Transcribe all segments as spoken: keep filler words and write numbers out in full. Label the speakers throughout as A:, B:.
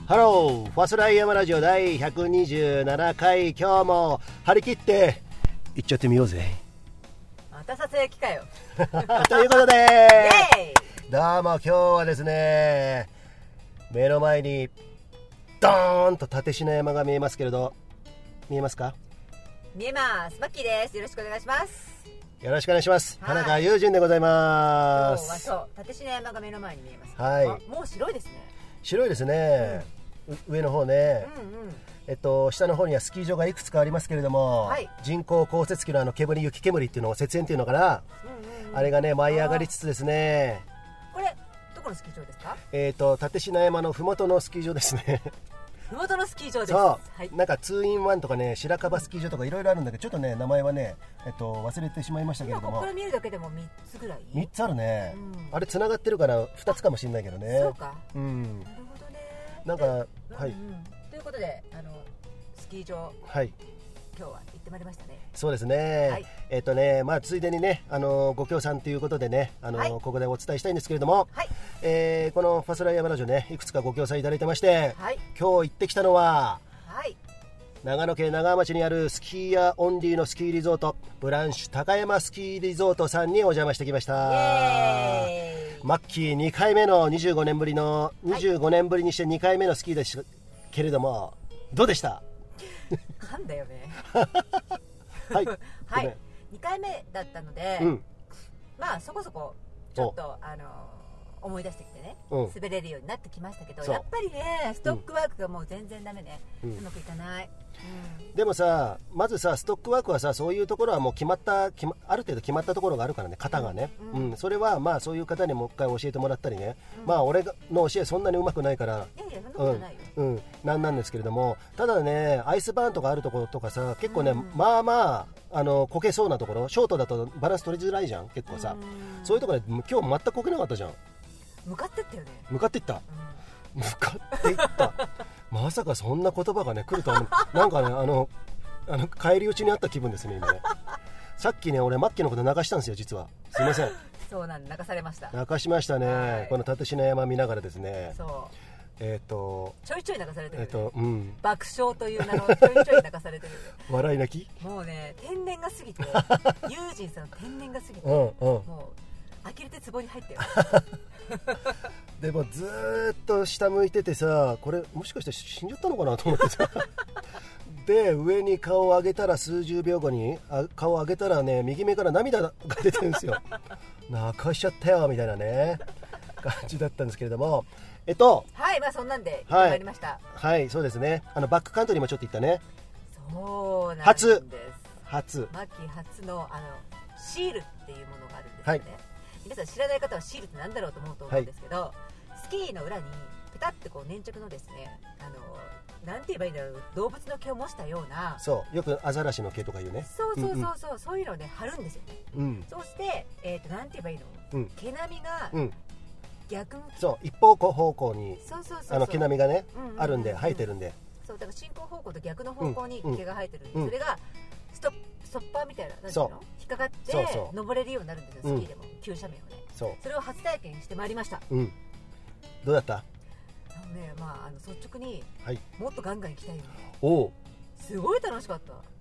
A: ハロー、ファスライヤマラジオだいひゃくにじゅうななかい、今日も張り切っていっちゃってみようぜ。
B: また撮影機かよ
A: ということで
B: イエーイ、
A: どうも今日はですね、目の前にドーンと立科山が見えますけれど、見えますか？
B: 見えます。マッキーです。よろしくお願いします。
A: よろしくお願いします。
B: はい、
A: 田中友人でございま
B: 今日は
A: す。
B: そう、立科山が目の前に見えます。
A: はい、
B: もう白いですね。
A: 白いですね、うん、上の方ね、
B: うんうん、
A: えっと、下の方にはスキー場がいくつかありますけれども、はい、人工降雪機のあの煙、雪煙っていうのを雪煙っていうのかな、うんうんうん、あれがね舞い上がりつつですね。
B: これどこのスキー場ですか？
A: えっと立科山のふもとのスキー場ですね。
B: ふもとのスキー場です。
A: そう、
B: はい、
A: なんかツーインワンとかね、白樺スキー場とかいろいろあるんだけど、ちょっとね名前はね、えっと、忘れてしまいましたけれども、
B: ここから見えるだけでもみっつぐらい、
A: みっつあるね、うん、あれつながってるからふたつかもしれないけどね。
B: そうか、
A: うん、な
B: るほどね。
A: なんか、はい、
B: うんうん、ということで、あのスキー場、
A: はい、
B: 今日は行ってまいりましたね。
A: そうですね、はい、えっとね、まあ、ついでにね、あのご協賛ということでね、あの、はい、ここでお伝えしたいんですけれども、はい、えー、このファスライヤマラジオね、いくつかご協賛いただいてまして、はい、今日行ってきたのは、はい、長野県長浜町にあるスキーヤーオンリーのスキーリゾート、ブランシュ高山スキーリゾートさんにお邪魔してきました。
B: イエーイ、
A: マッキーにかいめのにじゅうごねんぶりの、にじゅうごねんぶりにしてにかいめのスキーですけれども、どうでした？
B: 噛んだよね。
A: はい、
B: はい、にかいめだったので、うん、まあそこそこちょっとあの思い出してきてね、うん、滑れるようになってきましたけど、やっぱりねストックワークがもう全然ダメね、うん、うまくいかない、
A: うん、でもさ、まずさストックワークはさ、そういうところはもう決まった決、ま、ある程度決まったところがあるからね、型がね、うんうんうん、それはまあそういう方にもう一回教えてもらったりね、うん、まあ俺の教えそんなにうまくないから、
B: いやいやそんなことないよ、
A: うんうん、なんなんですけれども、ただねアイスバーンとかあるところとかさ、結構ね、うん、まあまああのこけそうなところ、ショートだとバランス取りづらいじゃん結構さ、うん、そういうところで今日全くこけなかったじゃん。
B: 向かってったよね。
A: 向かっていった、うん、向かっていったまさかそんな言葉がね来るとはなんかね、あのあの返り討ちにあった気分ですね今ね。さっきね俺マッキーのこと流したんですよ実は。すいません。
B: そうなん、流されました。
A: 流しましたね、はい、この立科山見ながらですね。
B: そう、
A: えっ、ー、と
B: ちょいちょい流されてる、ね、えーとうん、爆笑という名のちょいちょい流されてる
A: 笑い泣き、
B: もうね天然が過ぎてユージンさんの天然が過ぎて、
A: うんうん、
B: もう呆れて壺に入ってる
A: でもずーっと下向いててさ、これもしかして死んじゃったのかなと思ってさで上に顔を上げたら数十秒後にあ顔を上げたらね、右目から涙が出てるんですよ泣かしちゃったよみたいなね感じだったんですけれども、えっと
B: はい、まあそんなんで行ってまいりました。
A: はい、はい、そうですね、あのバックカントリーもちょっと行ったね。
B: そうなんです。
A: 初初
B: マッキー初のあのシールっていうものがあるんですよね、はい、皆さん知らない方はシールってなんだろうと思うと思うんですけど、はい、スキーの裏にペタってこう粘着のですね、あのなんて言えばいいんだろう、動物の毛を模したような、
A: そうよくアザラシの毛とかいうね、
B: そうそうそうそう、うんうん、そういうのをね貼るんですよね、うん、そして、えー、となんて言えばいいの、うん、毛並みが、うん、逆向き、
A: そう一方方向に
B: そうそうそうそう、
A: あの毛並みがね、
B: うんうんうんうん、
A: あるんで生えてるんで、
B: そうだから進行方向と逆の方向に毛が生えてるんで、うんうん、それがストップストッパーみたいな、なんていうの、引っかかってそうそう登れるようになるんですよ、スキーでも、うん、急斜面をね。そう、それを初体験してまいりました、
A: うん、どうだった？
B: あのね、まあ、あの率直に、はい、もっとガンガン行きたいよね。
A: お
B: すごい楽しかった。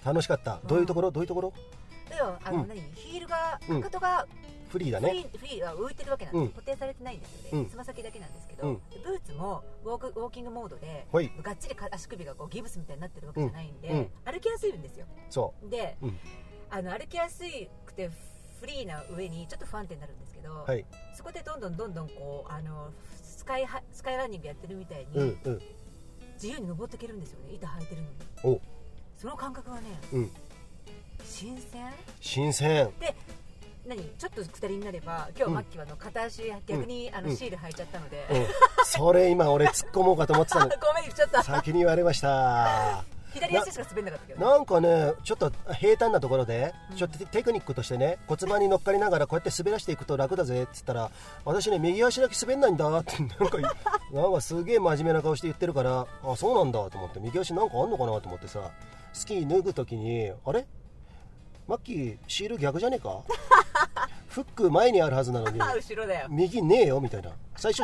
A: 楽しかった、うん、どういうところどういうところ？
B: だよ、あの、うん、何ヒールがかかとが、
A: うん、フリーだね、
B: フリー、フリーは浮いてるわけなんです、うん、固定されてないんですよね、つま、うん、先だけなんですけど、うん、ブーツもウォーク、ウォーキングモードで、はい、がっちり足首がこうギブスみたいになってるわけじゃないんで、うん、歩きやすいんですよ。そうで、うん、あの歩きやすくてフリーな上にちょっと不安定になるんですけど、はい、そこでどんどんどんどんこうあのスカイハスカイランニングやってるみたいに、うんうん、自由に登っていけるんですよね、板履いてるのに。おその感覚はね、うん、新鮮
A: 新鮮
B: で、何ちょっと下りになれば今日マッキーはの片足逆に、うん、あのシール履いちゃったので、うんうん、そ
A: れ今俺突っ込もうかと思ってたの
B: ごめん言っちゃった、
A: 先に言われました
B: 左足しか滑んなかったけど、ね、
A: なんかねちょっと平坦なところで、うん、ちょっとテクニックとしてね、骨盤に乗っかりながらこうやって滑らしていくと楽だぜって言ったら、私ね右足だけ滑んないんだってなんかなんかすげえ真面目な顔して言ってるから、あそうなんだと思って、右足なんかあんのかなと思ってさ、スキー脱ぐときにあれマッキーシール逆じゃねえかフック前にあるはずなのに
B: 後ろだよ
A: 右ねえよみたいな、最初さ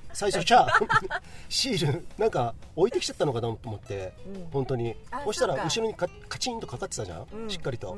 A: 最初じゃあシールなんか置いてきちゃったのかなと思って、うん、本当にそしたら後ろにカチンとかかってたじゃん、うん、しっかりと、うん、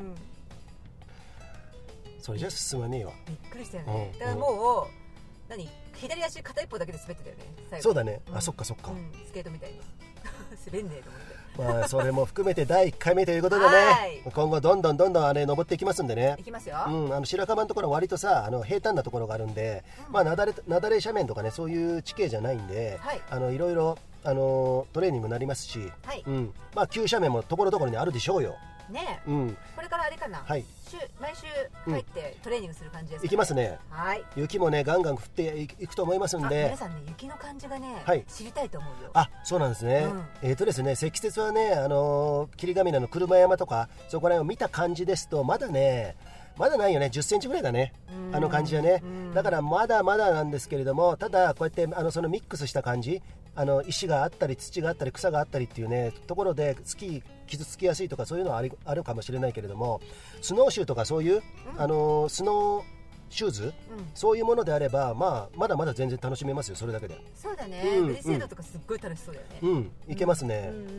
A: それじゃ進まねえわ。
B: びっくりしたよね、うん、だからもう何左足片一方だけで滑ってたよね最後。
A: そうだね、うん、あそっかそっか、うん、
B: スケートみたいに滑んねえと思って。
A: まあそれも含めてだいいっかいめということでね今後どんどんどんどんあれ登っていきますんでね。
B: いきますよ、
A: うん、あの白樺のところは割とさあの平坦なところがあるんで、うん、まあなだれなだれ斜面とかねそういう地形じゃないんで、はい、あのいろいろあのトレーニングになりますし、はい、うん、まあ急斜面もところどころにあるでしょうよ
B: ね。うん、これからあれかな、はい、週毎週帰ってトレーニングする感じですかね。
A: 行きますね、
B: はい、
A: 雪もねガンガン降っていくと思いますんで。
B: 皆さんね雪の感じがね、はい、知りたいと思うよ。
A: あ、そうなんですね、うん、えーとですね積雪はね、あのー、霧ヶ峰の車山とかそこら辺を見た感じですとまだねまだないよね、じゅっセンチぐらいだね、あの感じはね。だからまだまだなんですけれども、ただこうやってあのそのミックスした感じ、あの石があったり土があったり草があったりっていうねところでスキー傷つきやすいとかそういうのはありあるかもしれないけれども、スノーシューとかそういう、うん、あのスノーシューズ、うん、そういうものであれば、まあ、まだまだ全然楽しめますよ、それだけで。
B: そうだね、うん、ブリセードとかすっごい楽しそうだよね。
A: うん、いけますね、うんうんうん、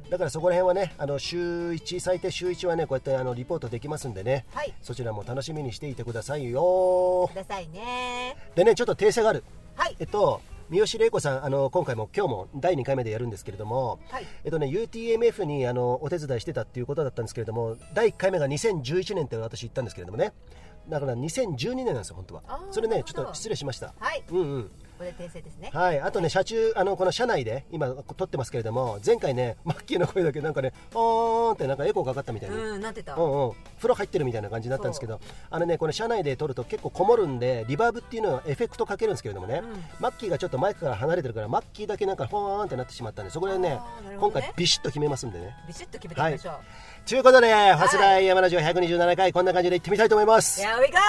A: だからそこら辺はねあの週いち最低週いちはねこうやってあのリポートできますんでね、はい、そちらも楽しみにしていてくださいよ。
B: くださいね。
A: でねちょっと訂正がある、
B: はい、
A: えっと三好玲子さん、あの今回も今日もだいにかいめでやるんですけれども、はい、えっとね、ユーティーエムエフ にあのお手伝いしてたっていうことだったんですけれども、だいいっかいめがにせんじゅういちねんって私言ったんですけれどもね、だからにせんじゅうにねんなんですよ本当は。それねちょっと失礼しました。
B: はい、うんうん、これ訂正ですね。
A: はい、あとね、車中あのこの車内で今撮ってますけれども、前回ねマッキーの声だけなんかねおーんってなんかエコーかかったみたいに、
B: うん、なってた、
A: うんうん、風呂入ってるみたいな感じになったんですけど、あのねこの車内で撮ると結構こもるんでリバーブっていうのはエフェクトかけるんですけれどもね、うん、マッキーがちょっとマイクから離れてるからマッキーだけなんかフォーンってなってしまったんで、そこでね、ね今回ビシッと決めますんでね。
B: ビシッと決めていきましょう。はい、
A: ということで、はい、ファスライ山ラジオひゃくにじゅうななかいこんな感じで行ってみたいと思います。
B: Here we go!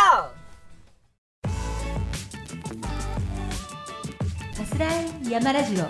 B: ファスライ山ラジオ。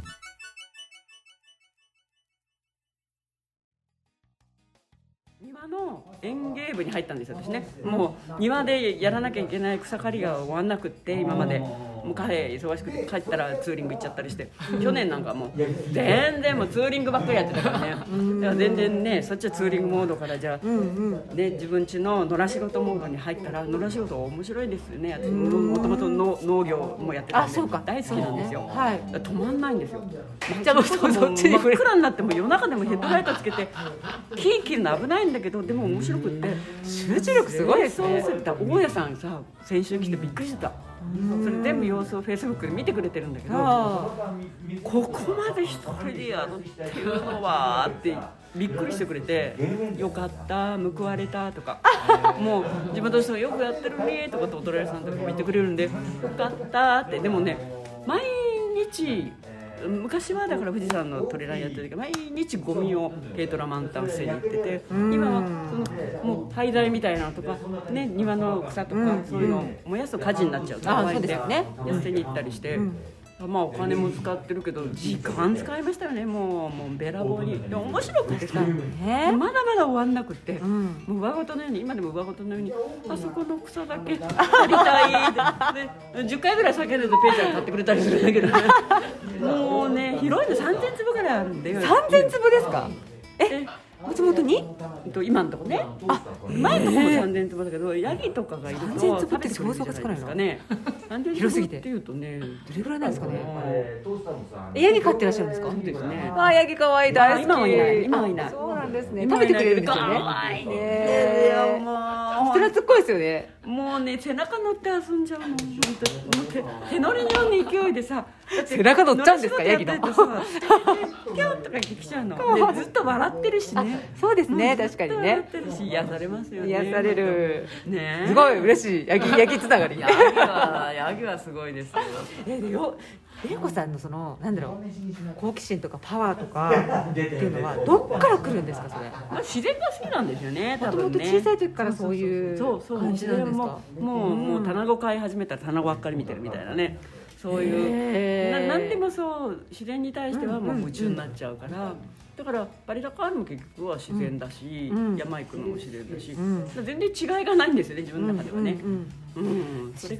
C: 庭の園芸部に入ったんですよ私ね。もう庭でやらなきゃいけない草刈りが終わんなくって、今までもう彼忙しくて帰ったらツーリング行っちゃったりして、去年なんかもう全然もうツーリングばっかりやってたからね。だから全然ねそっちはツーリングモードからじゃあ、ね、自分家の野良仕事モードに入ったら、野良仕事面白いですよね。私もともと農業もやってたんで大好きなんですよ。はい、止まんないんですよ。じゃあもうそっちに真っ暗になっても夜中でもヘッドライトつけて木切るの危ないんだけど、でも面白くって
B: 集中力すごいですね。
C: 大家さんさ先週来てびっくりしてた。それ全部様子をフェイスブックで見てくれてるんだけど、ここまで一人でやるっていうのはってびっくりしてくれて、よかった報われたとかもう自分としてもよくやってるねとかとお隣さんとかも言ってくれるんで、よかったって。でもね毎日昔はだから富士山のトレランやってる時毎日ゴミを軽トラマンタン捨てに行ってて、今はそのもう廃材みたいなのとか、ね、庭の草とかそういうのを燃やすと火事になっちゃうと怖いんで捨てに行ったりして、まあお金も使ってるけど時間使いましたよね。もうもうべらぼうに。で面白くてさ、ね、まだまだ終わんなくて、うん、もう上ごとのように今でも上ごとのようにあそこの草だけ刈りたいで、でじゅっかいぐらい避けるとペーちゃん買ってくれたりするんだけどねもうね広いのさんぜんつぶぐらいあるんで。
B: さんぜんつぶですか？えもともとに
C: 今のとこね、あ前のとこもさんぜんつぶだけど、ヤギとかがいると
B: さんぜんつぶって想像がつかないの
C: ね。広すぎてっていうとね、
B: どれぐらいなんですかね。ヤギ飼ってらっしゃるんですか？
C: そうですね。
B: あヤギ可愛い大好き。
C: 今はいない今はいない。
B: そうなんですね。食べてくれるんですよね。
C: 可愛いね。もう
B: 人懐っこいですよね。
C: もうね背中乗って遊んじゃうもん。手乗りのような勢いでさ、
B: 背中乗っちゃうんですかヤギの。
C: ピョンとか来ちゃうの。ずっと笑ってるしね。
B: そうですね確かにね。
C: 癒されますよね。
B: 癒される。
C: ね。
B: すごい嬉しいヤギヤギつながり。
C: ヤギはヤギはすごいです。
B: えでよ玲子さんのそのなんだろう好奇心とかパワーとかっていうのはどっから来るんですかそれ。
C: 自然が好きなんですよね。多分ね。
B: もともと小さい時からそういう感じなんですか。
C: もうもう卵飼い始めたら卵ばっかり見てるみたいなね。そういうな何でもそう自然に対してはもう夢中になっちゃうから。だからバリダカールも結局は自然だし、うん、山行くのも自然だし、うん、全然違いがないんですよね自分の中ではね、うんうんうん、それが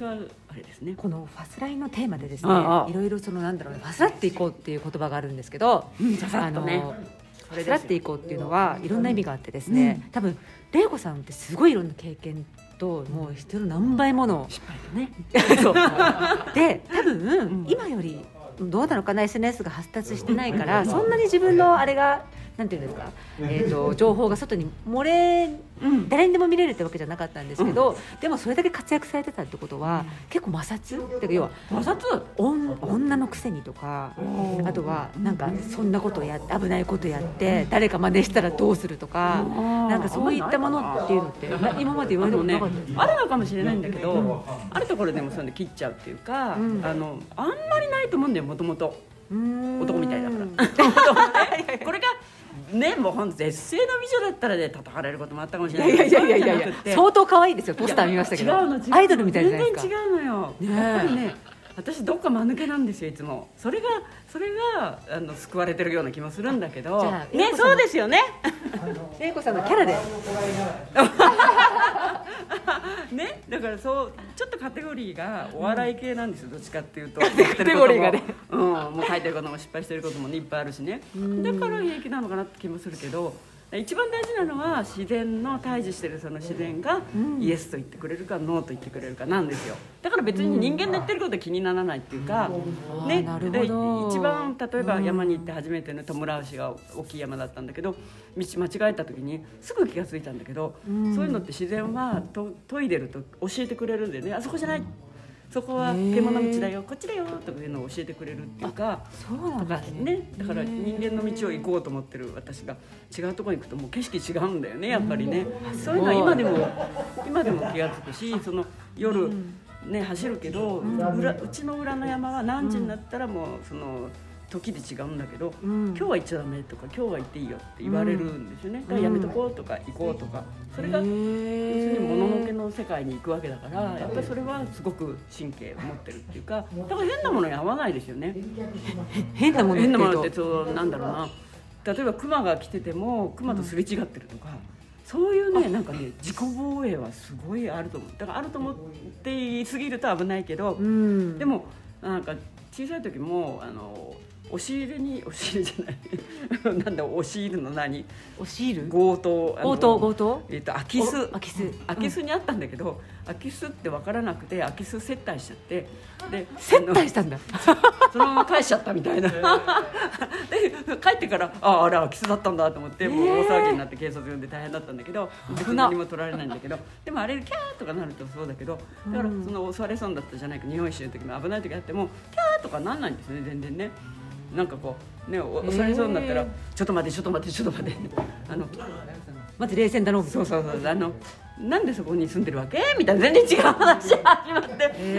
C: あれですね。
B: このファスライのテーマでですね、ああいろいろそのなんだろうね、ファスラっていこうっていう言葉があるんですけど、
C: うん、ささっとね、
B: ファスラっていこうっていうのはいろんな意味があってですね、うん、多分玲子さんってすごいいろんな経験ともう人の何倍もの
C: 失敗だね
B: そうで多分、うん、今よりどうなのかな、 エスエヌエス が発達してないからそんなに自分のあれがなんていうんですか、えーと情報が外に漏れ、うん、誰にでも見れるってわけじゃなかったんですけど、うん、でもそれだけ活躍されてたってことは、うん、結構摩擦って要は
C: 摩擦
B: 女のくせにとか、あとはなんかそんなことをやって危ないことやって誰か真似したらどうするとか、なんかそういったものっていうのって今まで言われたことなかったですか？
C: あるのかもしれないんだけど、うん、あるところでもそういうの切っちゃうっていうか、うん、あのあんまりないと思うんだよ、もともと男みたいだからこれがね、もうほんと絶世の美女だったらね叩かれることもあったかもしれない。
B: いやいやいやいやいや相当可愛いですよ、ポスター見ましたけど。
C: 違うの違うの、
B: アイドルみたいじゃないですか。
C: 全然違うのよ、ね、やっぱりね、私どっか間抜けなんですよいつも。それがそれがあの救われてるような気もするんだけどね。そうですよね、
B: 玲子さんのキャラで
C: ね、だからそうちょっとカテゴリーがお笑い系なんですよ、どっちかっていうと。
B: カテゴリーがね、
C: うん、もう書いてることも失敗してることも、ね、いっぱいあるしね。だから平気なのかなって気もするけど、一番大事なのは自然の対峙してるその自然がイエスと言ってくれるかノーと言ってくれるかなんですよ。だから別に人間の言ってることは気にならないっていうか、ね、で一番例えば山に行って初めてのトムラウシが大きい山だったんだけど、道間違えた時にすぐ気がついたんだけど、そういうのって自然はと研いでると教えてくれるんでね、あそこじゃない、そこは獣道だよ、こっちだよとかいうのを教えてくれるっていうか、
B: そうなんです
C: ね。だから人間の道を行こうと思ってる私が違うところに行くともう景色違うんだよね、やっぱりね。そういうのは今でも今でも気がつくし、その夜ね走るけど、裏うちの裏の山は何時になったらもうその時で違うんだけど、うん、今日は行っちゃダメとか今日は行っていいよって言われるんですよね。だからやめとこうとか行こうとか、それが要するにもののけの世界に行くわけだから、やっぱりそれはすごく神経を持ってるっていうか、だから変なものに合わないですよね。
B: 変なもの
C: 変なものってそうなんだろうな、例えばクマが来ててもクマとすれ違ってるとか、そういうね、なんかね自己防衛はすごいあると思う。だからあると思って言い過ぎると危ないけど、うん、でもなんか小さい時もあの押し入れに押し入れじゃないなんだ押し入れの何
B: 押し入る
C: 強盗
B: 強盗強盗
C: えっと空き巣
B: 空き巣
C: 空き巣にあったんだけど、空き巣って分からなくて空き巣接待しちゃって、
B: で接待したんだ
C: そのまま返しちゃったみたいなで帰ってからああれ空き巣だったんだと思って、もう大騒ぎになって警察呼んで大変だったんだけど、別に何も取られないんだけど、でもあれキャーとかなるとそうだけど、だからその襲われそうだったじゃないか、日本一周の時も危ない時あってもキャーとかなんないんですよね、全然ね。なんかこうね、襲われそうになったら、ちょっと待ってちょっと待ってちょっと待ってあの
B: まず冷静だろう。
C: そうそうそう、あのなんでそこに住んでるわけみたいな全然違う話が始まって、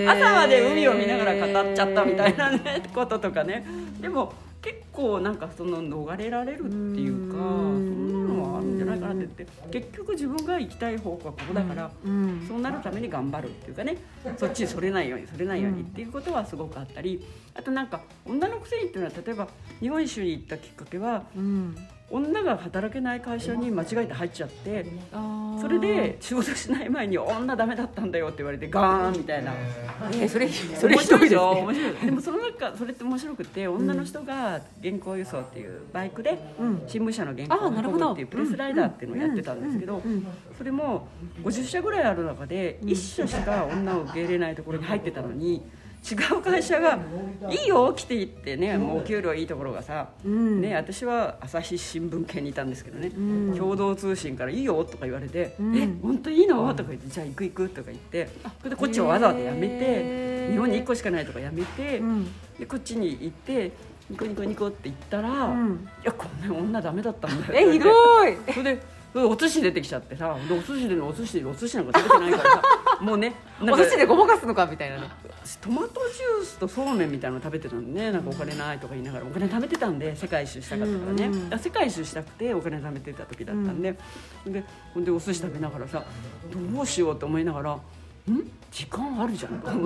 C: 朝まで海を見ながら語っちゃったみたいなねこととかね。でも結構なんかその逃れられるっていうか、そんなのはあるんじゃないかなって言って、結局自分が行きたい方向はここだから、そうなるために頑張るっていうかね、そっちにそれないようにそれないようにっていうことはすごくあったり、あとなんか女のくせにっていうのは、例えば日本一周に行ったきっかけは、うん、女が働けない会社に間違えて入っちゃって、それで仕事しない前に女ダメだったんだよって言われてガーンみたいな、
B: えー、それそれひどいですね。
C: 面白い。でもその中それって面白くて、女の人が原稿輸送っていうバイクで新聞社の原稿を運ぶっていうプレスライダーっていうのをやってたんですけど、それもごじゅっしゃぐらいある中でいっしゃしか女を受け入れないところに入ってたのに、違う会社が「いいよ来ていい」ってね、もうお給料いいところがさ、うん、ね、私は朝日新聞系にいたんですけどね、うん、共同通信から「いいよ」とか言われて「うん、え本当いいの?」とか言って「じゃあ行く行く」とか言って、それでこっちをわざわざやめて、日本にいっこしかないとかやめて、うん、でこっちに行ってニコニコニコって言ったら「うん、いやこんな女ダメだったんだよ」
B: えひどい。
C: それでお寿司出てきちゃってさ、でお寿司でのお寿司でお寿司なんか食べてないからさもうね、
B: お寿司でごまかすのかみたいなね。
C: トマトジュースとそうめんみたいなの食べてたんでね、なんかお金ないとか言いながらお金貯めてたんで、世界一周したかったからね、うんうん、世界一周したくてお金貯めてた時だったんで、うん、でほんでお寿司食べながらさ、どうしようと思いながら、ん時間あるじゃんと思って、うん、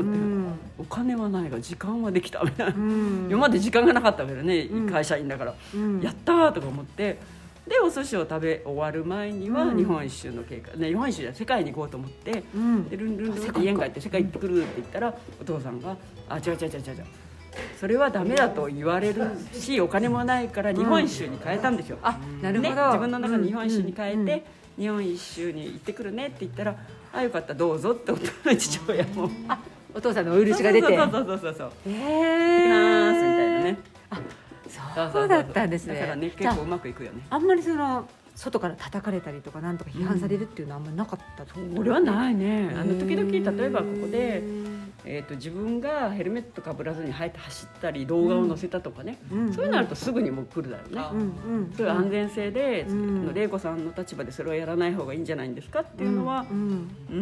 C: お金はないが時間はできたみたいな、うん、今まで時間がなかったわけどね、うん、会社員だから、うん、やったーとか思って、 でお寿司を食べ終わる前には日本一周の計画、ね、日本一周じゃ世界に行こうと思って、うん、でルンルンルンって家に帰って世界行ってくるって言ったらお父さんが「あ違う違う違う違う違うそれはダメだと言われるしお金もないから日本一周に変えたんですよ、うん、
B: あなるほど、
C: ね、自分の中で日本一周に変えて、うんうん、日本一周に行ってくるねって言ったらあよかったどうぞって父親も
B: あお父さんのお許しが出て
C: そうそうそうそうそう
B: えー、
C: 行ってきますみたいなね
B: あそうだったんですね。
C: だからね結構うまくいくよね。
B: あんまりその外から叩かれたりとかなんとか批判されるっていうのはあんまりなかったと、
C: うん、俺はないね。あの時々例えばここで、えー、と自分がヘルメットかぶらずに入って走ったり動画を載せたとかね、うん、そういうのあるとすぐにもう来るだろうね、うんうん、そういう安全性で、うん、玲子さんの立場でそれはやらない方がいいんじゃないんですかっていうのは、うんうん、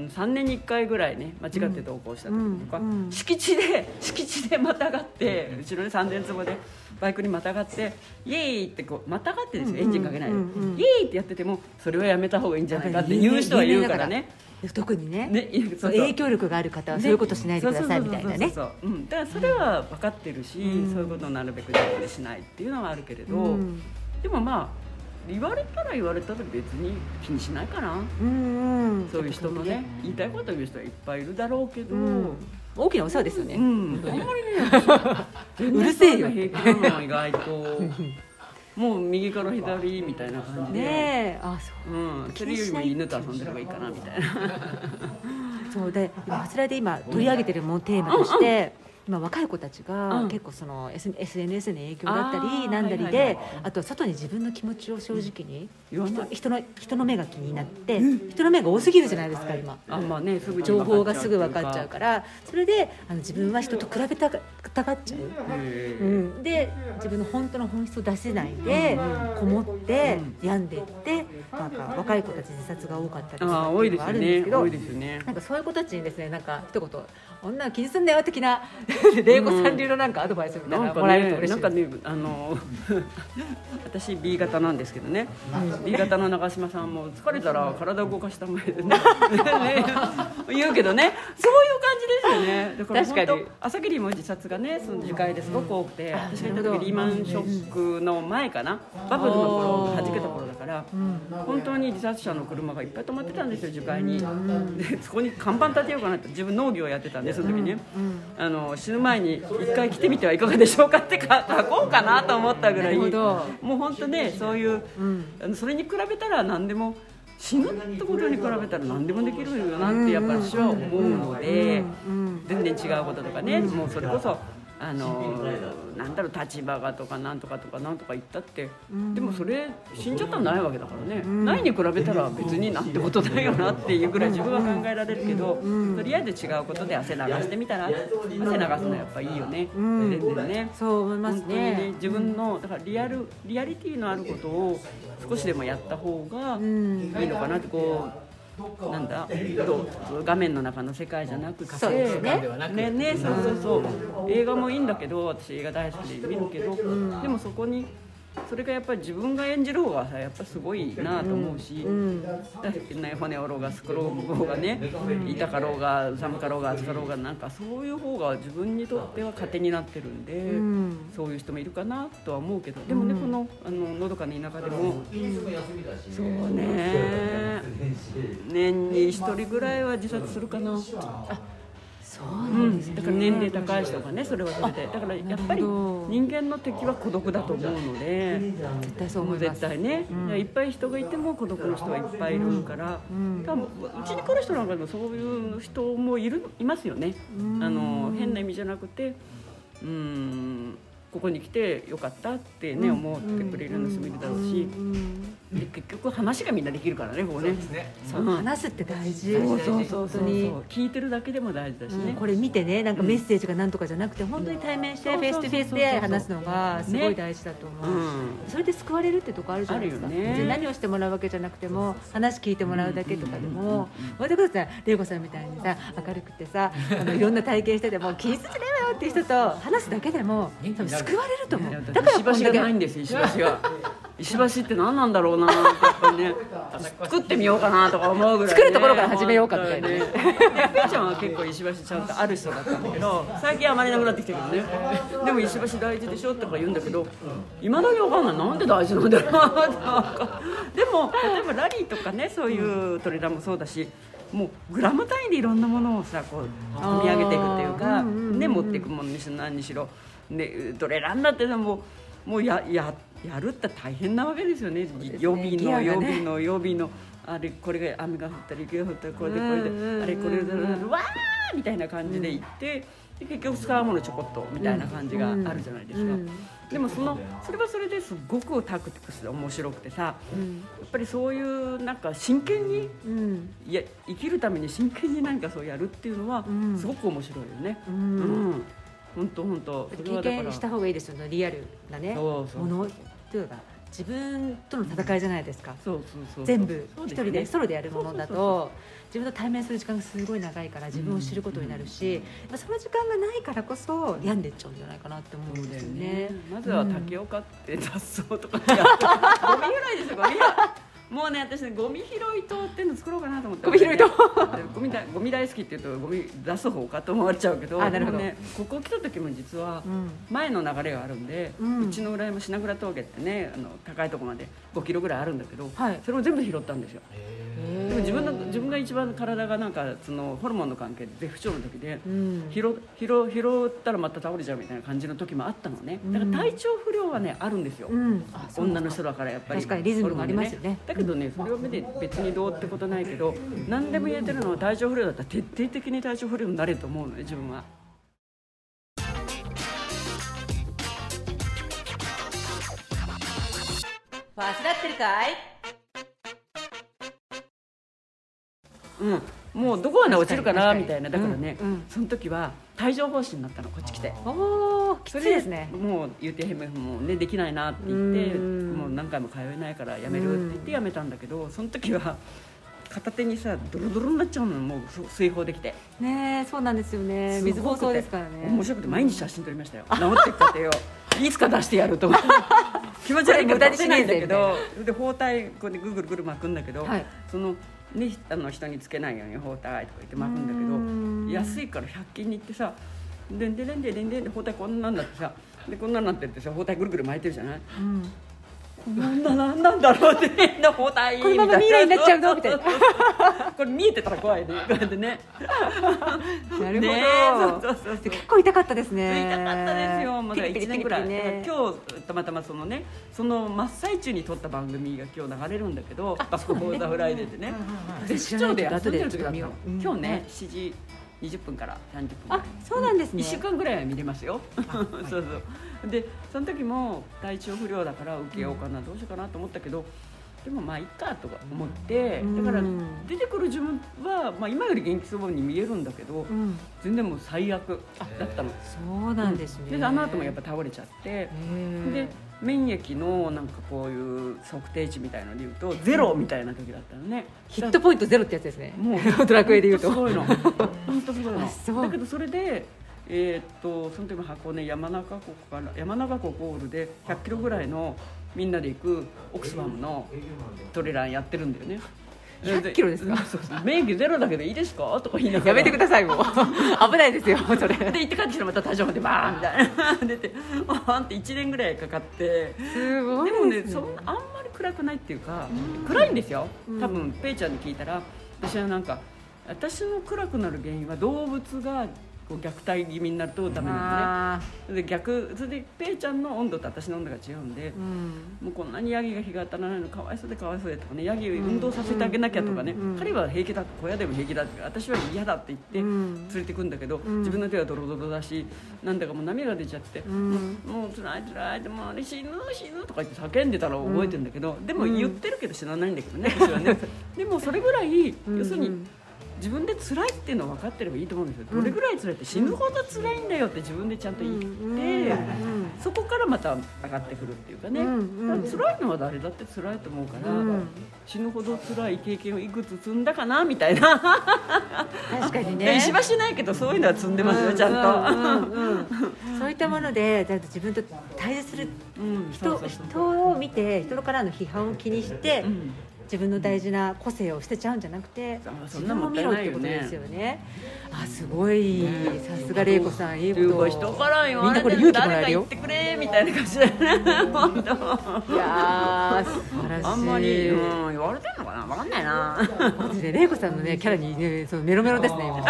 C: さんねんにいっかいぐらいね間違って同行した時とか、うんうん、敷地で敷地でまたがってうちのねさんぜんつぼでバイクにまたがってイエーイってこうまたがってですよ、エンジンかけないで、うんうんうん、イエーイってやっててもそれはやめた方がいいんじゃないかって言う人は言うからね。
B: 特に ね, ねそう影響力がある方はそういうことしないでくださいみたいなね。だ
C: からそれは分かってるし、うん、そういうことをなるべく自分でしないっていうのはあるけれど、うん、でもまあ言われたら言われたら別に気にしないかな、うんうん、そういう人のね言いたいことを言う人はいっぱいいるだろうけど、うん、
B: 大きなお世話ですよね、うん、
C: あんまりねうるせえよ平気なの意外ともう右から左みたいな感じで、ね、あそう、うん、それよりも犬と遊んでればいいかなみたいな
B: そうで今それで今取り上げてるものテーマとして、うんうん今若い子たちが結構その エスエヌエス の影響だったりなんだりであとは外に自分の気持ちを正直に人の人の目が気になって人の目が多すぎるじゃないですか今
C: あ、まあね、すぐ
B: 情報がすぐ分かっちゃうからそれであの自分は人と比べたたがっちゃう、うん、で自分の本当の本質を出せないでこもって病んでいってなんか若い子たち自殺が多かったりとかっていうのがあるんですけどなんかそういう子たちにですねなんか一言女は気にすんだよ的な玲子さん流のなんかアドバイスみたいなのもらえると嬉しいです。なんかね、あの私 ビー 型なんですけどね、うん、ビー 型の長嶋さんも疲れたら体を動かした前でねね言うけどねそういう感じですよね。だから確かに朝霧も自殺がねその樹海ですごく多くて、うん、私がいた時リーマンショックの前かなバブルの頃弾けた頃だから、うん、本当に自殺者の車がいっぱい止まってたんですよ樹海に、うん、でそこに看板立てようかなって自分農業やってたんでその時ね、うんうん、あの死ぬ前に一回来てみてはいかがでしょうかって書こうかなと思ったぐらいもう本当ねそういう、うん、あのそれに比べたら何でも死ぬってことに比べたら何でもできるよなってやっぱり私は思うので全然違うこととかねもうそれこそあのなんだろう立場がとかなんとかとかなんとか言ったってでもそれ死んじゃったらないわけだからねないに比べたら別になんてことないよなっていうぐらい自分は考えられるけどとりあえず違うことで汗流してみたら汗流すのはやっぱいいよね全然ねそう思いますね
C: 自分のだからリアルリアリティのあることを少しでもやった方がいいのかなってこうなんだ画面の中の世界じゃなくて
B: そうですね
C: ねねそうそうそう映画もいいんだけど私映画大好きで見るけど、うん、でもそこにそれがやっぱり自分が演じる方がさやっぱすごいなと思うし、うんうんね、骨折ろうがすくろうがね痛かろうが寒かろうが暑かろうがなんかそういう方が自分にとっては糧になってるんで、うん、そういう人もいるかなとは思うけどでもね、うん、このあののどかな田舎でも、うん、そうね年にひとりぐらいは自殺するかなあ
B: そうなんですね、
C: うん、だから年齢高い人がねそれはそれでだからやっぱり人間の敵は孤独だと思うので
B: 絶対そう思います
C: 絶対ね、うん、いっぱい人がいても孤独の人はいっぱいいるから、うん、うちに来る人なんかでもそういう人もいるいますよね、うん、あの変な意味じゃなくてうんここに来てよかったってね、うん、思ってくれる人もいるだろうし、うん、で結局話がみんなできるからねこうね
B: そう、うん、話すって大事
C: そうそうそうそう聞いてるだけでも大事だしね、うん、
B: これ見てねなんかメッセージが何とかじゃなくて、うん、本当に対面してフェイスとフェイスで話すのがすごい大事だと思う、ねうん、それで救われるってとこあるじゃないですか、ね、何をしてもらうわけじゃなくても話聞いてもらうだけとかでも私こそさ玲子さんみたいにさ明るくてさあのいろんな体験してても気にすぎないわよっていう人と話すだけでも多分救われると思う。
C: だから石橋がないんです石橋が石橋って何なんだろうなやっぱりね作ってみようかなとか思うぐらい、ね、
B: 作るところから始めようかみたいなね。
C: ペイちゃんは結構石橋ちゃんとある人だったんだけど、最近あまりなくなってきてるけどね。でも石橋大事でしょとか言うんだけど、いまだに分かんない、なんで大事なんだろうな。でも例えばラリーとかね、そういうトレーラーもそうだし、もうグラム単位でいろんなものをさこう組み上げていくっていうか、ね、持っていくものにしろ何にしろ、ね、トレーラーになってももうやややるって大変なわけですよね。予備の予備の予備のあれこれが雨が降ったり雪が降ったりこれでこれであれこれでわーみたいな感じで行って、で結局使うものちょこっとみたいな感じがあるじゃないですか。でもそのそれはそれですごくタクティクスで面白くてさ、うん、やっぱりそういうなんか真剣に、うん、いや生きるために真剣に何かそうやるっていうのはすごく面白いよね。うんうん、本当本当
B: 経験した方がいいですよね。リアルなねものっていうか自分との戦いじゃないですか。
C: そうそうそう
B: 全部一人でソロでやるものだと自分と対面する時間がすごい長いから自分を知ることになるし、うん、その時間がないからこそ病んでっちゃうんじゃないかなって思うんですよね。
C: まずは竹を買って雑草とかやってゴミ拾いですよ、ゴミ拾い。もうね、私ねゴミ拾い塔っていうの作ろうかなと思って、
B: ゴミ拾い塔
C: ゴミだゴミ大好きって言うとゴミ出す方かと思われちゃうけど、
B: あ、なるほど。
C: ね、ここ来た時も実は前の流れがあるんで、うん、うちの裏山品倉峠ってね、あの高いところまでごキロぐらいあるんだけど、はい、それを全部拾ったんですよ。でも自分の自分が一番体がなんかそのホルモンの関係で絶不調の時で、うん、拾, 拾, 拾ったらまた倒れちゃうみたいな感じの時もあったのね。だから体調不良はねあるんですよ、うん、女の人だからやっぱり
B: 確かにリズムがありますよね。
C: だけどね、それを見て別にどうってことないけど、何でも言えてるのは体調不良だったら徹底的に体調不良になれると思うのね、自分は。
B: わしだってるかい。
C: うん、もうどこまで落ちるかなみたいな。だからね、うんうん、その時は帯状疱疹になったの、こっち来て。
B: おー、きついですね。
C: もう ユーティーエフエム も、ね、できないなって言って、もう何回も通えないからやめるって言ってやめたんだけど、その時は片手にさドロドロになっちゃうの、もう水泡できて
B: ね。そうなんですよね、水疱瘡ですからね。
C: 面白くて毎日写真撮りましたよ、治ってきたってよ。いつか出してやるとか気持ち悪いから出せないんだけど、で包帯こうでぐるぐるぐる巻くんだけど、はい、そのね、あの人につけないように包帯とか言って巻くんだけど、安いからひゃく均に行ってさ、でんでんでんでんでんでんで包帯こんなんだってさ、でこんなんなってってさ、包帯ぐるぐる巻いてるじゃない、うん、こんななんなんだろうって変な包帯
B: このまま未来になっちゃうのみたいな
C: これ見えてたら怖いね、こうやってね。
B: なるほど、ね、そうそうそうそう、結構痛かったですね。
C: 痛かったですよ。まだいちねんぐらい、ね、今日たまたまそのね、その真っ最中に撮った番組が今日流れるんだけど、バックボーダーフライデーでね、絶不調で遊んでる時だったの。今日ね、しちじにじゅっぷんからさんじゅっぷん。
B: あ、そうなんですね。
C: いっしゅうかんぐらいは見れますよ。そうそう。でその時も体調不良だから受けようかな、うん、どうしようかなと思ったけど、でもまあいいかとか思って、うん、だから出てくる自分は、まあ、今より元気そうに見えるんだけど、うん、全然もう最悪だったの。
B: そうなんですね。
C: であの後もやっぱ倒れちゃって、で免疫のなんかこういう測定値みたいなのでいうとゼロみたいな時だったのね。
B: ヒットポイントゼロってやつですね。
C: もう
B: ドラクエでいうと
C: すごいの本当すごいの。だけどそれでえー、っとその時も箱根山中湖から山中湖ゴールでひゃっキロぐらいのみんなで行くオックスファームのトレランやってるんだよね。
B: ひゃっキロですか。
C: そうそう、免疫ゼロだけどいいですかとか言いながら、
B: やめてください、もう危ないですよそれで。
C: 行って帰ってきたらまた体調までバーンみたいな出て、あんっていちねんぐらいかかって。
B: すごい
C: でもね、そんなあんまり暗くないっていうか、暗いんですよ。多分ペイちゃんに聞いたら、私はなんか私の暗くなる原因は動物がこう虐待気味になるとダメなんですね。で逆それでペイちゃんの温度と私の温度が違うんで、うん、もうこんなにヤギが日が当たらないのかわいそうでかわいそうでとかね、ヤギ運動させてあげなきゃとかね、うんうん、彼は平気だって小屋でも平気だって私は嫌だって言って連れてくんだけど、うん、自分の手はドロドロだし、なんだかもう涙出ちゃって、うん、もう辛い辛いでもう死ぬ死ぬとか言って叫んでたのを覚えてるんだけど、うん、でも言ってるけど知らないんだけどね、私はねでもそれぐらい要するに自分で辛いっていうのは分かってればいいと思うんですよ。どれぐらい辛いって、死ぬほど辛いんだよって自分でちゃんと言って、うんうん、そこからまた上がってくるっていうかね、うんうん、辛いのは誰だって辛いと思うから、うん、死ぬほど辛い経験をいくつ積んだかなみたいな
B: 確かにね、
C: 石橋ないけどそういうのは積んでますよ、うん、ちゃんと、うんうんうん、
B: そういったもので自分と対峙する人、人を見て人からの批判を気にして、うん、 自分の大事な個性を捨てちゃうんじゃなくて、自分を見ろってことですよね。あ、すごい、さすが玲子さん、いいことを
C: 人から言われてる、誰か言ってくれみたいな感じで本当。
B: いやー、素晴らしい。
C: あんまり、うん、言われてるのかな、分かんないな。
B: 私ね、玲子さんのねキャラに、ね、そのメロメロですね今。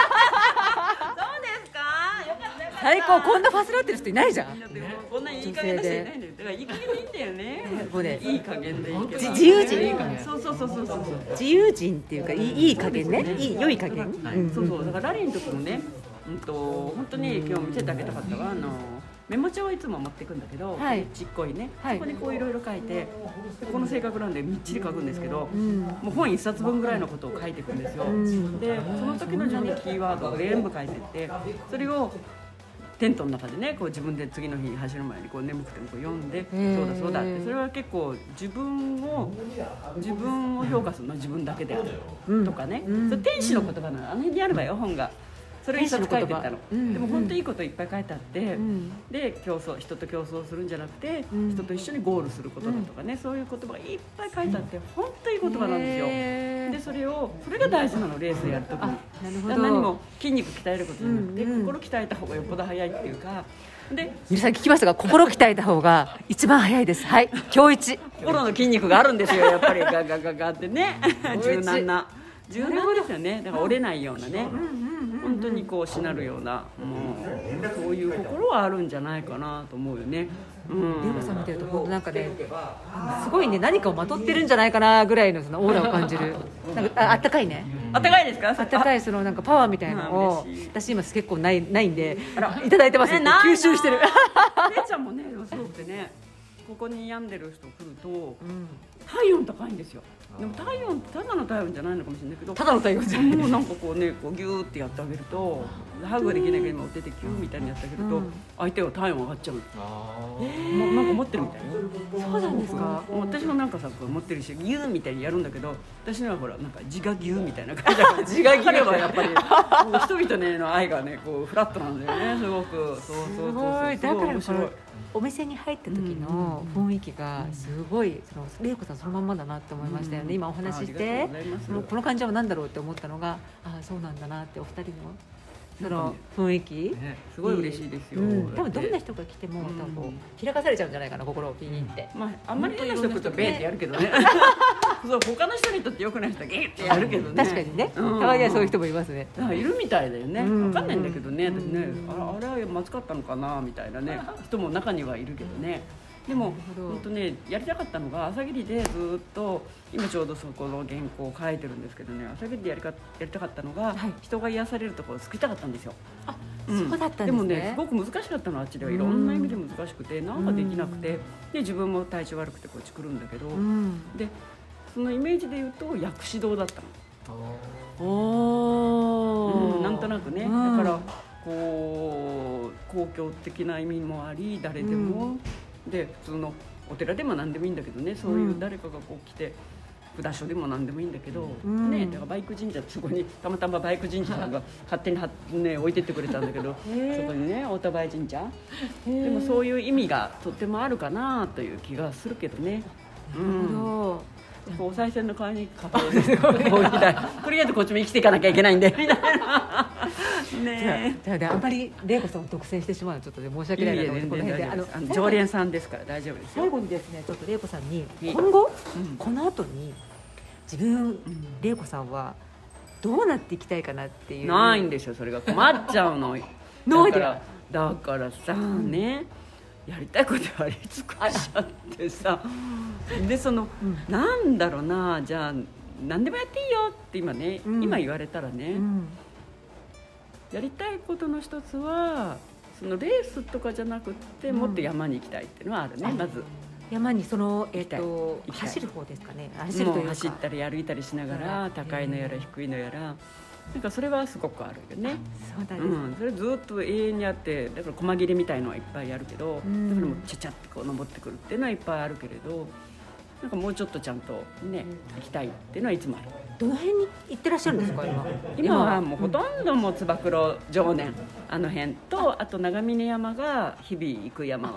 B: 最高、こんなファスラってる人いないじゃん。
C: こんないい加減な人いないんだよ。だからいい加減でいいんだよね。
B: もうね、
C: いい加減でいいけど。
B: 自由人。
C: そうそうそうそうそう。
B: 自由人っていうか、いいいい加減ね。いい良い加減。
C: そうそう。だからラリーの時もね、うんと本当に今日見せてあげたかったわ。あのメモ帳をいつも持っていくんだけど、ちっこいね。そこにこういろいろ書いて、この性格なんでみっちり書くんですけど、もう本一冊分ぐらいのことを書いていくんですよ。で、その時の順にキーワードを全部書いていって、それをテントの中でね、こう自分で次の日に走る前にこう眠くてもこう読んで、そうだそうだって、それは結構自分を自分を評価するのは自分だけであるとかね、うん、それ天使の言葉なの、あの辺にあるわよ本が。それ一冊書いてったの、うん、でも本当にいいこといっぱい書いてあって、うん、で競争人と競争するんじゃなくて、うん、人と一緒にゴールすることだとかね、うん、そういう言葉がいっぱい書いてあって、本当にいい言葉なんですよ。でそれをそれが大事なの、レースやるときに。なるほど。何も筋肉鍛えることじゃなくて、うんうん、心鍛えた方がよっぽど早いっていうか。で
B: 皆さん聞きましたが、心鍛えた方が一番早いです。はい、今日一
C: 心の筋肉があるんですよ、やっぱりガガガガってね柔軟な柔軟ですよね。だから折れないようなね、本当にこうしなるような、もうそういう心はあるんじゃないかなと思うよね。
B: 玲子さん見てると本当なんかね、すごいね、何かをまとってるんじゃないかなぐらいのそのオーラを感じる。なんか あ, あったかいね。
C: あったかいですか？
B: あったかい、そのなんかパワーみたいなのを、私今結構ないないんでいただいてます。吸収してる。
C: 姉ちゃんもね、すごくてね、ここに病んでる人来ると、うん、体温高いんですよ。でも体温ってただの体温じゃないのかもしれないけど、
B: ただの体温じゃない。
C: もうなんかこうね、こうギューってやってあげると、ハグができないけども出てキューみたいにやってあげると、うん、相手は体温上がっちゃう。あー、ま、なんか持ってるみたい
B: な。そうなんですか。
C: 私もなんかさ、こう持ってるしギューみたいにやるんだけど、私にはほらなんか自我ギューみたいな感じだから、自我ギューはやっぱり人々ねの愛がね、こうフラットなんだよね、すごく。そうそうそうそう。
B: だから面白い。お店に入った時の雰囲気がすごい、その玲子さんそのまんまだなって思いましたよね。今お話ししてこの感じは何だろうって思ったのが、ああそうなんだなって、お二人のその雰囲気、
C: ね、すごい嬉しいですよ。
B: 多分どんな人が来ても多分開かされちゃうんじゃないかな、心をピーンって。
C: まああんまり変な人来るとベーってやるけどね。そう、他の人にとって良くない人はゲーってやるけどね。
B: 確かにね、たまにはそういう人もいますね。
C: いるみたいだよね。分かんないんだけどね、私ね、あれあれはまずかったのかなみたいなね人も中にはいるけどね。でも本当ね、やりたかったのが朝霧でずっと、今ちょうどそこの原稿を書いてるんですけどね、朝霧でやりかやりたかったのが、はい、人が癒されるところを作りたかったんですよ。
B: あ、うん、そうだったんですね。
C: でもね、すごく難しかったの、あっちではいろんな意味で難しくて、なんかできなくて、で自分も体調悪くてこっち来るんだけど、でそのイメージで言うと薬師堂だったの。お、うん、なんとなくね、だからこう公共的な意味もあり、誰でも、うんで普通のお寺でも何でもいいんだけどね、そういう誰かがこう来て、札所でも何でもいいんだけど、うん、ね、だからバイク神社って、そこにたまたまバイク神社さんが勝手には、ね、置いてってくれたんだけどそこにね、太田バイ神社でもそういう意味がとってもあるかなという気がするけどね。なるほど。お賽銭の代わりにかかるんですよ。とりあえずこっちも生きていかなきゃいけないんでみたいな。
B: ね、じゃあね、あんまり玲子さんを独占してしまうのはちょっと、ね、申し訳ないなと思って、この辺で
C: あのあの常連さんですから大丈夫ですよ。
B: 最後にですね、ちょっと玲子さんに今後、うん、この後に自分玲子さんはどうなっていきたいかなっていう。
C: ないんでしょ、それが困っちゃうの。だからだからさ、うん、ね、やりたいことやり尽くしちゃってさ、でその、うん、なんだろうな、じゃあ何でもやっていいよって今ね、うん、今言われたらね、うん、やりたいことの一つはそのレースとかじゃなくって、うん、もっと山に行きたいっていうのはあるね、まず。
B: 山にその、えー、と走る方ですかね。走るというか
C: 走ったり歩いたりしながら、高いのやら低いのやら、なんかそれはすごくあるよね。
B: そうだね、
C: うん、それずっと永遠にあって、だから細切れみたいのはいっぱいあるけど、うん、だからもうちゃちゃってこう登ってくるっていうのはいっぱいあるけれど、なんかもうちょっとちゃんとね、行きたいっていうのはいつもある。
B: どの辺に行ってらっしゃるんですか今？
C: 今はもうほとんどもう燕九郎常念あの辺と、あと長峰山が日々行く山は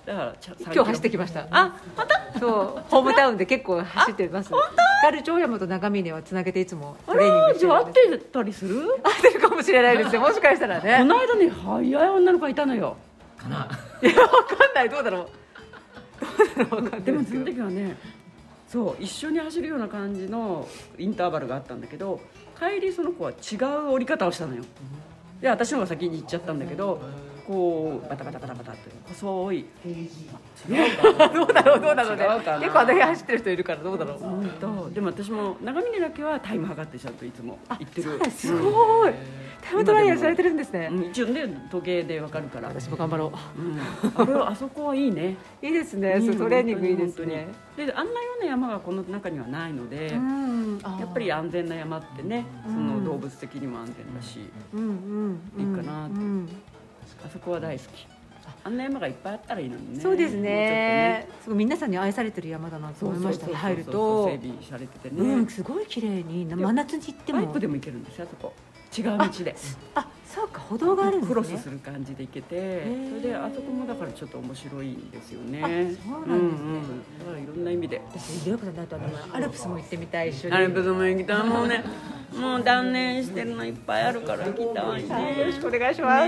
C: だから
B: 今日走ってきました。あ、またそうホームタウンで結構走ってます。ガル長山と長峰はつなげていつもトレーニングしてるんです。
C: じゃあ合ってたりする？
B: 合ってるかもしれないですよ。もしかしたらね。
C: この間ね早い女の子がいたのよ。かな。
B: いやわかんないどうだろう。どうだろうわかんない。
C: でもその時はね、そう一緒に走るような感じのインターバルがあったんだけど、帰りその子は違う降り方をしたのよ。で私の方が先に行っちゃったんだけど。こうバタバタバタバタって細い
B: 違うかどうだろうどうだろうね結構あの辺走ってる人いるからどうだろう。
C: 本当でも私も長峰だけはタイム測ってちゃんといつも行ってる。
B: すごいタイムトライアルされてるんですね。
C: 一応ね時計で分かるから。
B: 私も頑張ろ
C: う。あれあそこはいいね。
B: いいですね。トレーニングいいですね。
C: であんなような山がこの中にはないので、やっぱり安全な山ってね、その動物的にも安全だし、いいかなって。あそこは大好き。あんな山がいっぱいあったらいいのにね。
B: そうですね。すごい皆さんに愛されてる山だなと思いました。入ると
C: 整備されててね。
B: すごい綺麗に真夏に行っても
C: バイクでも行けるんですよ。あそこ違う道で。
B: あ、そうか歩道があるんですね。
C: クロスする感じで行けて、それであそこもだからちょっと面白いんですよね。そう
B: なんですね。
C: だからいろんな意味で。
B: 私リオクさんだとアルプスも行ってみたい。一緒に
C: アルプスも行きたい。もうね。もう断念してるのいっぱいあるから行きたいね。
B: よろしくお願いします。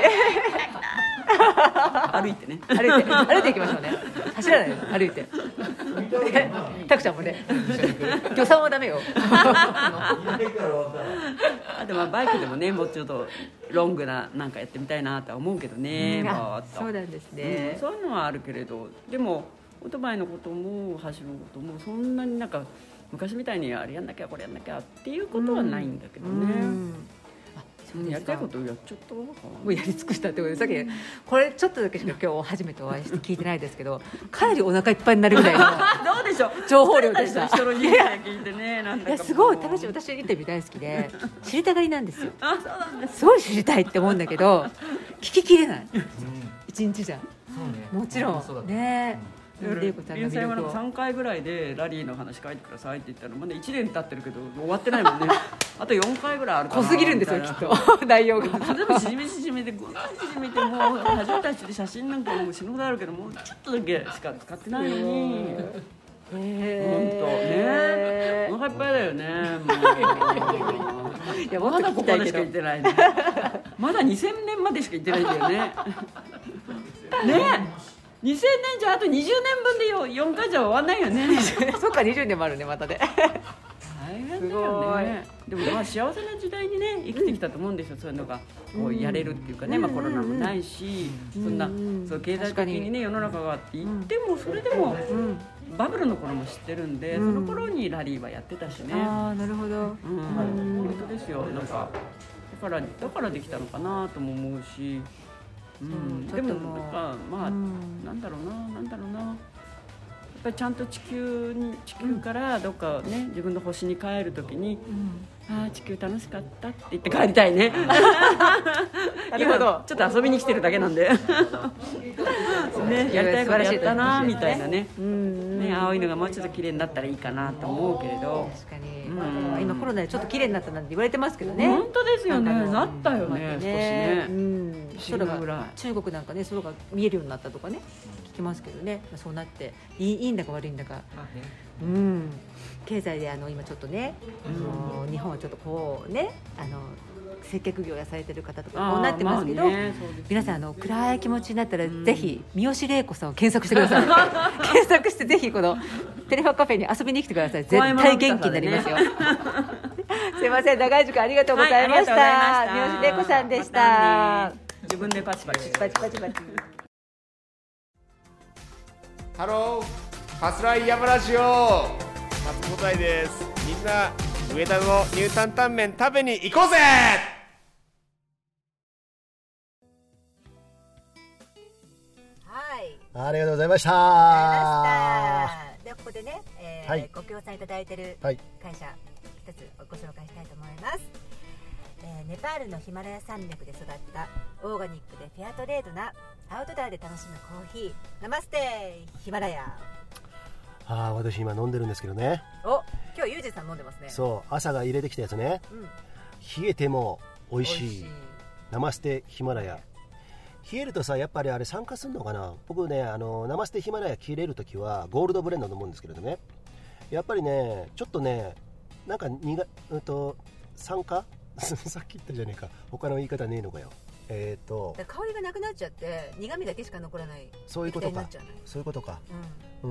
C: 歩いてね。
B: 歩いて歩いていきましょうね。走らないよ歩いて。タクちゃんもね。漁さんはダメよ。
C: あでもバイクでもねもうちょっとロングななんかやってみたいなとは思うけどね。
B: そうなんですね。
C: そういうのはあるけれど、でもオートバイのことも走ることもそんなになんか。昔みたいにあれやんなきゃこれやんなきゃっていうことはないんだけどね。やりたいことやっちゃったも
B: うやり尽くしたってことで、さっきこれちょっとだけしか今日初めてお会いして聞いてないですけど、かなりお腹いっぱいになるぐらいの
C: どうでしょう
B: 情報量でした。
C: 人の人生聞いてね、なんだか
B: すごい楽しい。私インタビュー大好きで知りたがりなんですよ。
C: あ、そうなんです。
B: すごい知りたいって思うんだけど聞ききれない。一日じゃもちろんね。
C: 連載はさんかいぐらいでラリーの話書いてくださいって言ったらまだいちねん経ってるけど終わってないもんね。あとよんかいぐらいあるかな。
B: 濃すぎるんですよきっと内容が。
C: でも縮め縮めてぐわっ縮めてもう初めて人で写真なんかもう死ぬほどあるけどもうちょっとだけしか使ってないのに。本当ねお腹いっぱいだよね。
B: いやまだここまでしか
C: 行ってないね。まだにせんねんまでしか行ってないんだよね。ねにせんねんじゃあとにじゅうねんぶんでよよんかいじゃ終わんないよね。
B: そっかにじゅうねんもあるねまたで。
C: 大変だよね。でもまあ幸せな時代にね生きてきたと思うんですよ。そういうのがこうやれるっていうかね、まあコロナもないし、そんなそう経済的にね世の中があって言ってもそれでもバブルの頃も知ってるんで、その頃にラリーはやってたしね。
B: ああなるほど。
C: 本当ですよ。なんかだからだからできたのかなとも思うし。うん、でもなんかまあ、うん、なんだろうななんだろうなやっぱりちゃんと地球に地球からどっかね自分の星に帰るときに、うん、ああ地球楽しかったって言って帰りたいね。なるほど。ちょっと遊びに来てるだけなんで。ねやりたいことやったなみたいなね。ね青いのがもうちょっと綺麗になったらいいかなと思うけれど。
B: 確かに。うん、今コロナでちょっと綺麗になったなんて言われてますけどね。
C: 本当ですよね。なったよね。少しね。
B: うん。空が中国なんかね空が見えるようになったとかね聞きますけどね。そうなっていいいいんだか悪いんだか。うん。経済であの今ちょっとね、あの日本はちょっとこうねあの。接客業やされてる方とかこうなってますけど、ねね、皆さんあの暗い気持ちになったら、うん、ぜひ三好玲子さんを検索してください。検索してぜひこのテレファカフェに遊びに来てください。絶対元気になりますよ。すいません長い時間ありがとうございました。はい、三好玲子さんでした。
C: 自分でパチパチ
B: パチパチパチ。
D: ハローパスライヤマラジオ松本愛です。みんな上田のニュータンタンメン食べに行こうぜ。
A: ありがとうございました。
B: ではここでね、えーはい、ご協賛いただいている会社一つご紹介したいと思います。えー、ネパールのヒマラヤ山脈で育ったオーガニックでフェアトレードなアウトドアで楽しむコーヒーナマステヒマラヤ。
A: ああ私今飲んでるんですけどね。
B: お今日ユージさん飲んでますね。
A: そう朝が入れてきたやつね、うん、冷えても美味しいナマステヒマラヤ。 冷えるとさ、やっぱりあれ酸化するのかな。僕ね、あのナマステヒマラヤ切れるときはゴールドブレンドと思うんですけれどね、やっぱりねちょっとねなんか苦、うんと酸化さっき言ったじゃねえか、他の言い方ねえのかよ。えー、と
B: 香りがなくなっちゃって苦味だけしか残らない。
A: そういうことか。そういうことか。うん、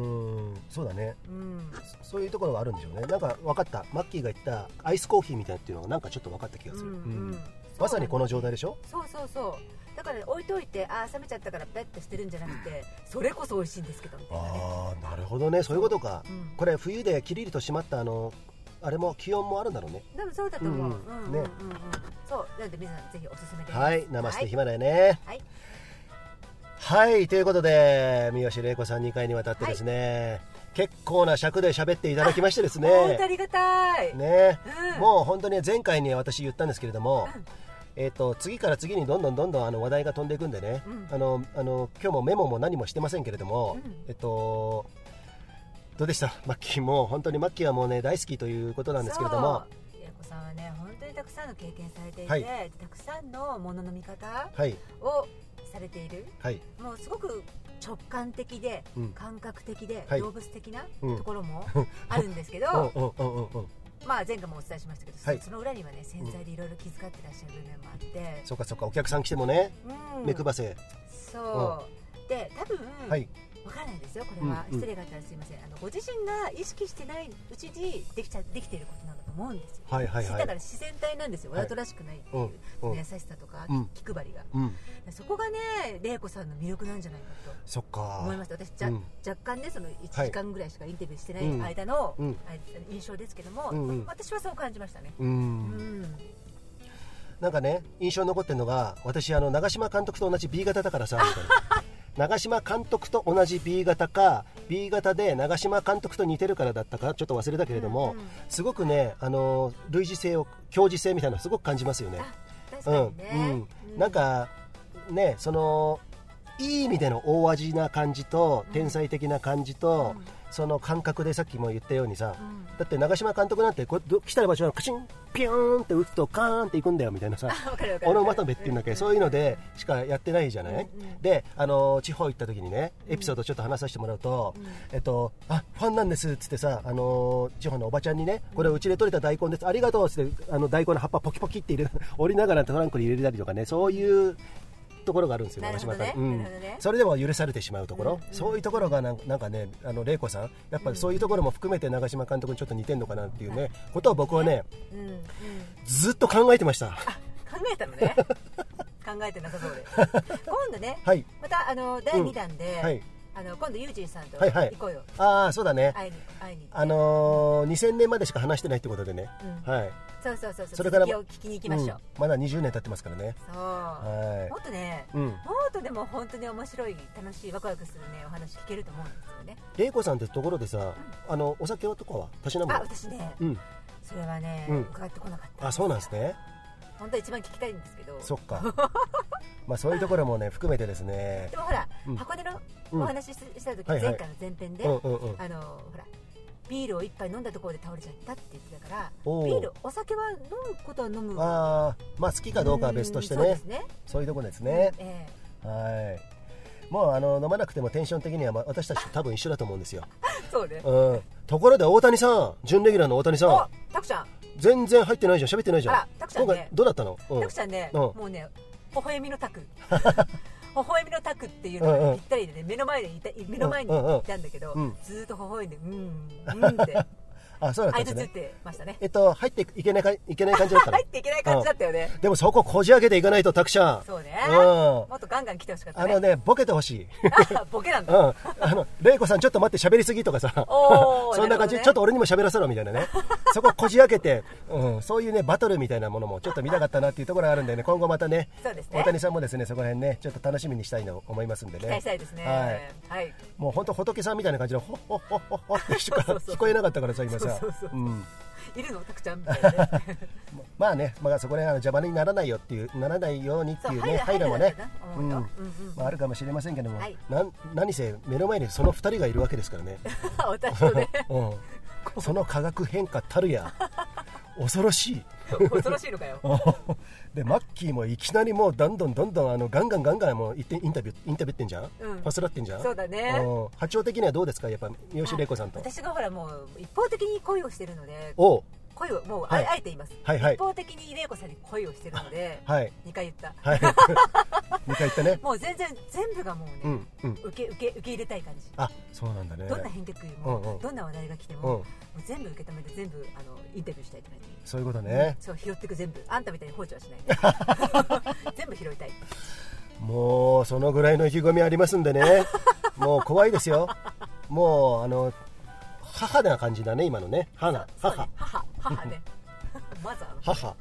A: うんそうだね、うん、そ, そういうところはあるんでしょうね。なんか分かった。マッキーが言ったアイスコーヒーみたいなっていうのがなんかちょっと分かった気がする、うんうん、まさにこの状態でしょ。
B: そうそうそう。だから、ね、置いといて、ああ冷めちゃったからペッて捨てるんじゃなくて、それこそ美味しいんですけどみたいな、ね、
A: ああなるほどね。そういうことか、うん、これ冬でキリリと締まったあのあれも気温もあるんだろうね。
B: 多分そうだと思う。うんうんね。そうなんで皆さんぜひおすすめです。
A: はい、ナマステヒマラヤね。はい。はい、ということで三好玲子さんにかいにわたってですね、はい、結構な尺で喋っていただきましてですね。
B: 本当ありがたい。
A: ね、うん、もう本当に前回に私言ったんですけれども。うんえー、と次から次にどんどんどんどんあの話題が飛んでいくんでね、うん、あのあの今日もメモも何もしてませんけれども、うん、えっとどうでしたマッキー。もう本当にマッキーはもうね大好きということなんですけれども、
B: 玲子さんはね本当にたくさんの経験されていて、はい、たくさんのものの見方をされている、はい、もうすごく直感的で、うん、感覚的で、はい、動物的なところもあるんですけど、まあ前回もお伝えしましたけど、はい、その裏にはね繊細でいろいろ気遣ってらっしゃる部分もあって、
A: うん、そうかそうか。お客さん来てもね、うん、目配せ。
B: そう、うん、で多分、はい、わからないですよこれは、うんうん、失礼があったらすいません。あのご自身が意識してないうちにできちゃできていることなんだと思うんですよ、はいはいはい、だから自然体なんですよ。わざとらしくないっていう、はい、その優しさとか、うん、気配りが、うん、そこがね玲子さんの魅力なんじゃないかと
A: そっか
B: 思いました。私、うん、若干ねそのいちじかんぐらいしかインタビューしてない間の、うん、印象ですけども、うんうん、私はそう感じましたね。うん、うん
A: なんかね印象に残ってるのが、私あの長嶋監督と同じ ビー 型だからさみたいな長嶋監督と同じ ビー 型か ビー 型で長嶋監督と似てるからだったかちょっと忘れたけれども、うんうん、すごくねあの類似性を共時性みたいなのすごく感じますよね。
B: 確かにね、うん
A: うん、なんかねそのいい意味での大味な感じと天才的な感じと、うん、その感覚でさっきも言ったようにさ、うん、だって長嶋監督なんてこう来た場所はカチンピューンって打つとカーンっていくんだよみたいなさオノマトペっていうんだっけ、うん、そういうのでしかやってないじゃない、うん、であの地方行った時にねエピソードちょっと話させてもらうと、うん、えっとあファンなんですっつってさあの地方のおばちゃんにねこれうちで採れた大根ですありがとうっつってあの大根の葉っぱポキポキって入れ折りながらトランクに入れたりとかねそういうところがあるんですよ、長嶋さん、うん、それでも許されてしまうところ、うんうん、そういうところがなんなんかねあの玲子さんやっぱりそういうところも含めて長嶋監督にちょっと似てんのかなっていうね、うん、ことを僕はね、うんうん、ずっと考えてました。
B: 考えたのね考えてなさそうで今度ね、はい、またあのだいにだんで、うんはい、あの今度ユージンさんと行こうよ、
A: はいはい、ああそうだね会いに会いにあのー、にせんねんまでしか話してないってことでね、うん、はい
B: そうそうそうそうそれから続きを聞きに行きましょう、うん、
A: まだにじゅうねん経ってますからね。
B: そう、はい、もっとね、うん、もっとでも本当に面白い楽しいワクワクするねお話聞けると思うんですよね。
A: 玲子さんってところでさ、うん、あのお酒とかはたしなむの？
B: あ私ね、うん、それはね、うん、伺ってこなかった。
A: あそうなんですね。
B: 本当は一番聞きたいんですけど。
A: そっかまあそういうところもね含めてですね。
B: でもほら、うん、箱根のお話しした時、うん、前回の前編で、はいはい、あのほらビールを一杯飲んだところで倒れちゃったって言ってたからビールお酒は飲むことは飲む
A: あまあ好きかどうかは別としてね、 そうですねそういうところですね、うんえー、はいもうあの飲まなくてもテンション的には私たち多分一緒だと思うんですよ
B: そうね、
A: うん、ところで大谷さん準レギュラーの大谷さん
B: タクちゃん
A: 全然入ってないじゃん喋ってないじゃん。あタクちゃんねどうだったの、
B: うん、タクちゃんね、うん、もうね微笑みのタク微笑みのタクっていうのがぴったりでね、うんうん、目の前でいた目の前にいたんだけど、うんうん、ずっと微笑んでうんうんって
A: あそうだったんですね。
B: 相槌打ってましたね。
A: えっと入っていけないかいけない感じだったの。
B: 入っていけない感じだったよね。
A: うん、でもそここじ開けていかないとタクちゃん。
B: そうね。うん、もっとガンガン来てほしかったね。
A: あのねボケてほしい。
B: ボケなんだ。うん。
A: あの玲子さんちょっと待って喋りすぎとかさ。そんな感じ、ね、ちょっと俺にも喋らせろみたいなね。そここじ開けて、うん、そういうねバトルみたいなものもちょっと見たかったなっていうところがあるんでね今後またね。
B: そうですね。
A: 大谷さんもですねそこら辺ねちょっと楽しみにしたいと思いますんでね。
B: 期待したいですね。
A: はい。はい、もう本当仏さんみたいな感じのほっほっほっほっほってしか聞こえなかったからさ今さ。そうそうそう。うん
B: いるのタクちゃんみたいな、ね、
A: まあね、まあ、そこで邪魔にならないよっていうならないようにっていうね配慮もね、うんうんまあ、あるかもしれませんけども、はい、な何せ目の前にそのふたりがいるわけですからね
B: 私とね、
A: うん、その化学変化たるや恐ろしい
B: 恐ろしいのかよ
A: でマッキーもいきなりもうどんどんどんどんあのガンガンガンガンもうインタビューインタビューってんじゃん、うん、パスラってんじゃん。
B: そうだね。
A: 波長的にはどうですか、やっぱ三好玲子さんと。
B: 私がほらもう一方的に恋をしてるので、お恋をもう、はい、あえて言います、はいはい、一方的に玲子さんに恋をしてるので、はい、にかい言った、はい、
A: にかい言ったね。
B: もう全然全部がもうね、うんうん、受け受け受け入れたい感じ。
A: あ、そうなんだね。
B: どんな変化球も、うんうん、どんな話題が来ても、うん、もう全部受け止めて全部あのインタビューしたいって感じ。
A: そういうことね、
B: うん、そう拾っていく、全部あんたみたいに放置はしない全部拾いたい。
A: もうそのぐらいの意気込みありますんでねもう怖いですよ。もうあの母な感じだね今のね。母な母、
B: ね、母母ねまず
A: 母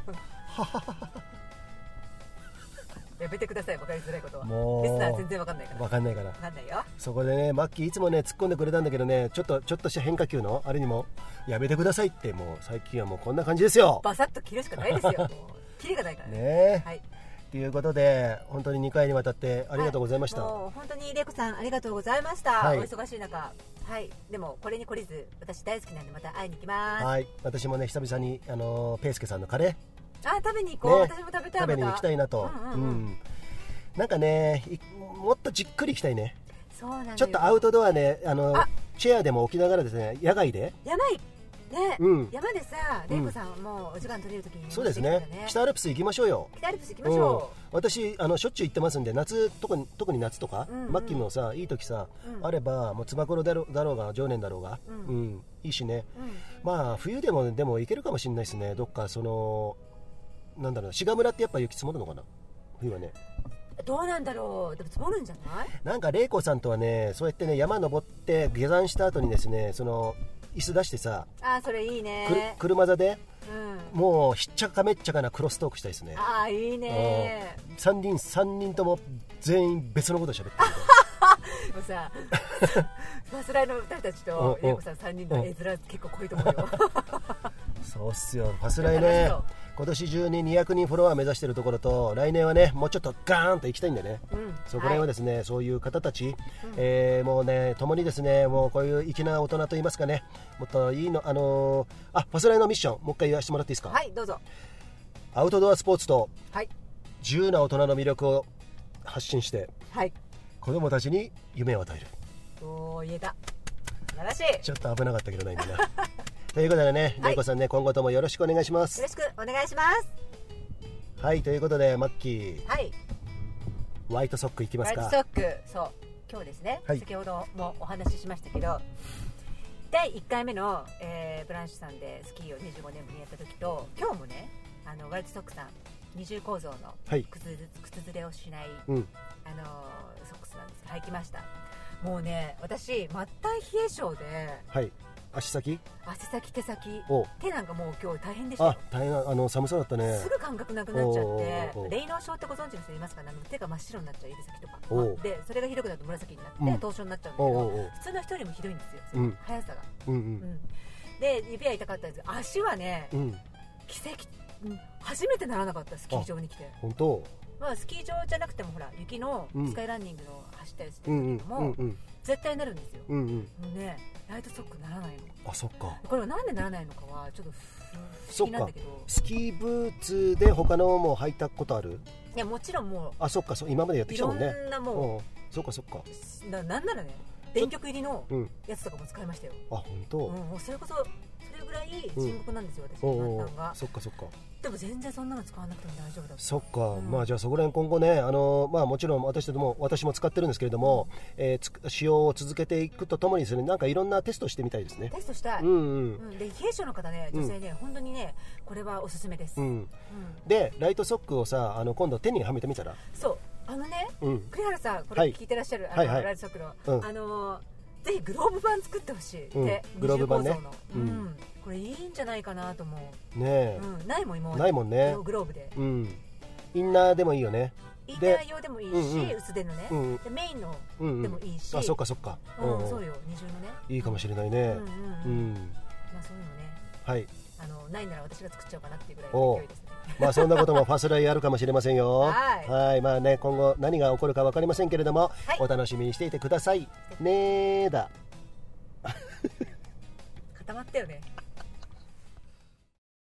B: やめてください、分かりづらいことは。もうリスナー全然分かんないから。
A: 分かんないから
B: 分かんないよ。
A: そこでねマッキーいつもね突っ込んでくれたんだけどね、ちょっとちょっとした変化球のあれにもやめてくださいって、もう最近はもうこんな感じですよ。
B: バサッと切るしかないですよもう切りがないからね。
A: ね、はい、ということで本当ににかいにわたってありがとうございました、
B: はい、もう本当に玲子さんありがとうございました、はい、お忙しい中。はい、でもこれに懲りず私大好きなんでまた会いに行きます。
A: はい、私もね久々にあのペイスケさんのカレー
B: あ食べに行こう、ね、私も食べたい。
A: 食べに行きたいなと、うんうんうんうん、なんかねもっとじっくり行きたいね。
B: そうなんだよ。
A: ちょっとアウトドアね、あのあチェアでも置きながらですね、野外で
B: 野外ね、うん、山でさ、玲子さんもお時間取れるときに、ね、
A: そうですね、北アルプス行きましょうよ。
B: 北アルプス行きましょ
A: う、うん、私あのしょっちゅう行ってますんで、夏特に特に夏とか、うんうん、マッキーもさいい時さ、うん、あればもうつば九郎だろうだろうが常年だろうが、うんうん、いいしね、うん、まあ冬でもでも行けるかもしれないですね。どっかそのなんだろう、志賀村ってやっぱ雪積もるのかな冬はね。
B: どうなんだろう、でも積もるんじゃない。
A: なんか玲子さんとはねそうやってね山登って下山した後にですね、その椅子出してさ
B: あ、それいいね、
A: 車座で、うん、もうひっちゃかめっちゃかなクロストークしたいですね。
B: ああいいね。
A: さんにんさんにんとも全員別のこと喋ってる
B: もうさバスライのふたりたちと玲子さんさんにんの絵面結構濃いと思うよ
A: そうっすよ、ファスライね今年中ににひゃくにんフォロワー目指しているところと、来年はねもうちょっとガーンと行きたいんでね、うん、そこら辺はですね、はい、そういう方たち、うん、えー、もうね共にですね、もうこういう粋な大人といいますかね、もっといいの、あのー、あファスライのミッションもう一回言わせてもらっていいですか。
B: はいどうぞ。
A: アウトドアスポーツと、
B: はい、
A: 自由な大人の魅力を発信して、
B: はい、
A: 子供たちに夢を与える。
B: おー言えた、素晴らしい。
A: ちょっと危なかったけどね今ねということでね、玲子さんね、今後ともよろしくお願いします。
B: よろしくお願いします。
A: はい、ということでマッキー、
B: はい、
A: ホワイトソックいきますか。
B: ホワイトソック、そう今日ですね、はい、先ほどもお話ししましたけど、だいいっかいめの、えー、ブランシュさんでスキーをにじゅうごねんぶりにやった時と、今日もねあのホワイトソックさん二重構造の靴、はい、靴ずれをしない、うん、あのソックスなんですけど履きました。もうね私末端冷え性で、
A: はい、足先
B: 足先手先手なんかもう今日大変でした。
A: あ大変、あの寒さだったね。
B: すぐ感覚なくなっちゃって、レイノー症ってご存知の人いますかね。手が真っ白になっちゃう、指先とかで、それがひどくなると紫になって、うん、凍傷になっちゃうんだけど、普通の人よりもひどいんですよ、うん、速さが、うんうんうん、で指は痛かったんですけど、足はね、うん、奇跡、うん、初めてならなかった。スキー場に来て。
A: 本当、
B: まあ、スキー場じゃなくてもほら雪のスカイランニングの走ったりするんですけども、うんうんうんうん、絶対なるんですよ、うんうん、もうねライトソックならないの。
A: あ、そっか。
B: これはなんでならないのかはちょっと不思議なんだけど。
A: スキーブーツで他のも履いたことある？
B: いやもちろんもう、
A: あ、そっか、そう今までやってきたもんね。
B: いろんなもう、
A: そっかそっか。
B: な、なんならね電極入りのやつとかも使いましたよ。
A: あ、本当。うん、
B: もうそれこそそれぐらい深刻なんですよ、うん、私の末端が。
A: そっかそっか。
B: でも全然そんなの使わなくても大丈夫だ。
A: そっか、うん、まあじゃあそこら辺今後ね、あのまあもちろん私ども私も使ってるんですけれども、うん、えー、使用を続けていくとともにですね、なんかいろんなテストしてみたいですね。
B: テストしたい。うんうんうん、で冷え性の方ね、女性ね、うん、本当にねこれはおすすめです。うんうん、
A: でライトソックをさ、あの今度手にはめてみたら。
B: そうあのね、うん、栗原さんこれ聞いてらっしゃる、はい、あの、はいはい、ライトソックの、うん、あのぜひグローブ版作ってほしい、うん、でグローブ版ね、うんうん、これいいんじゃないかなと思うね、うん、ないもん今まで
A: ないもんね、
B: グローブで、
A: うん、インナーでもいいよね。
B: インナー用でもいいし、うんうん、薄手のね、うん、でメインのでもいいし、
A: うんうん、あ、そっかそっか、
B: うん、そうよ、二重のね、
A: いいかもしれないね、うんうんうん、うん、
B: まあそういうのね、
A: はい、
B: あのないなら私が作っちゃおうかなっていうぐらいの勢いですね。
A: まあそんなこともファスライあるかもしれませんよ。
B: はい、
A: はい、まあね、今後何が起こるか分かりませんけれども、はい、お楽しみにしていてくださいねーだ。
B: 固まったよね。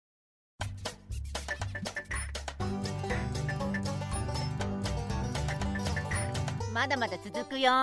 E: まだまだ続くよ。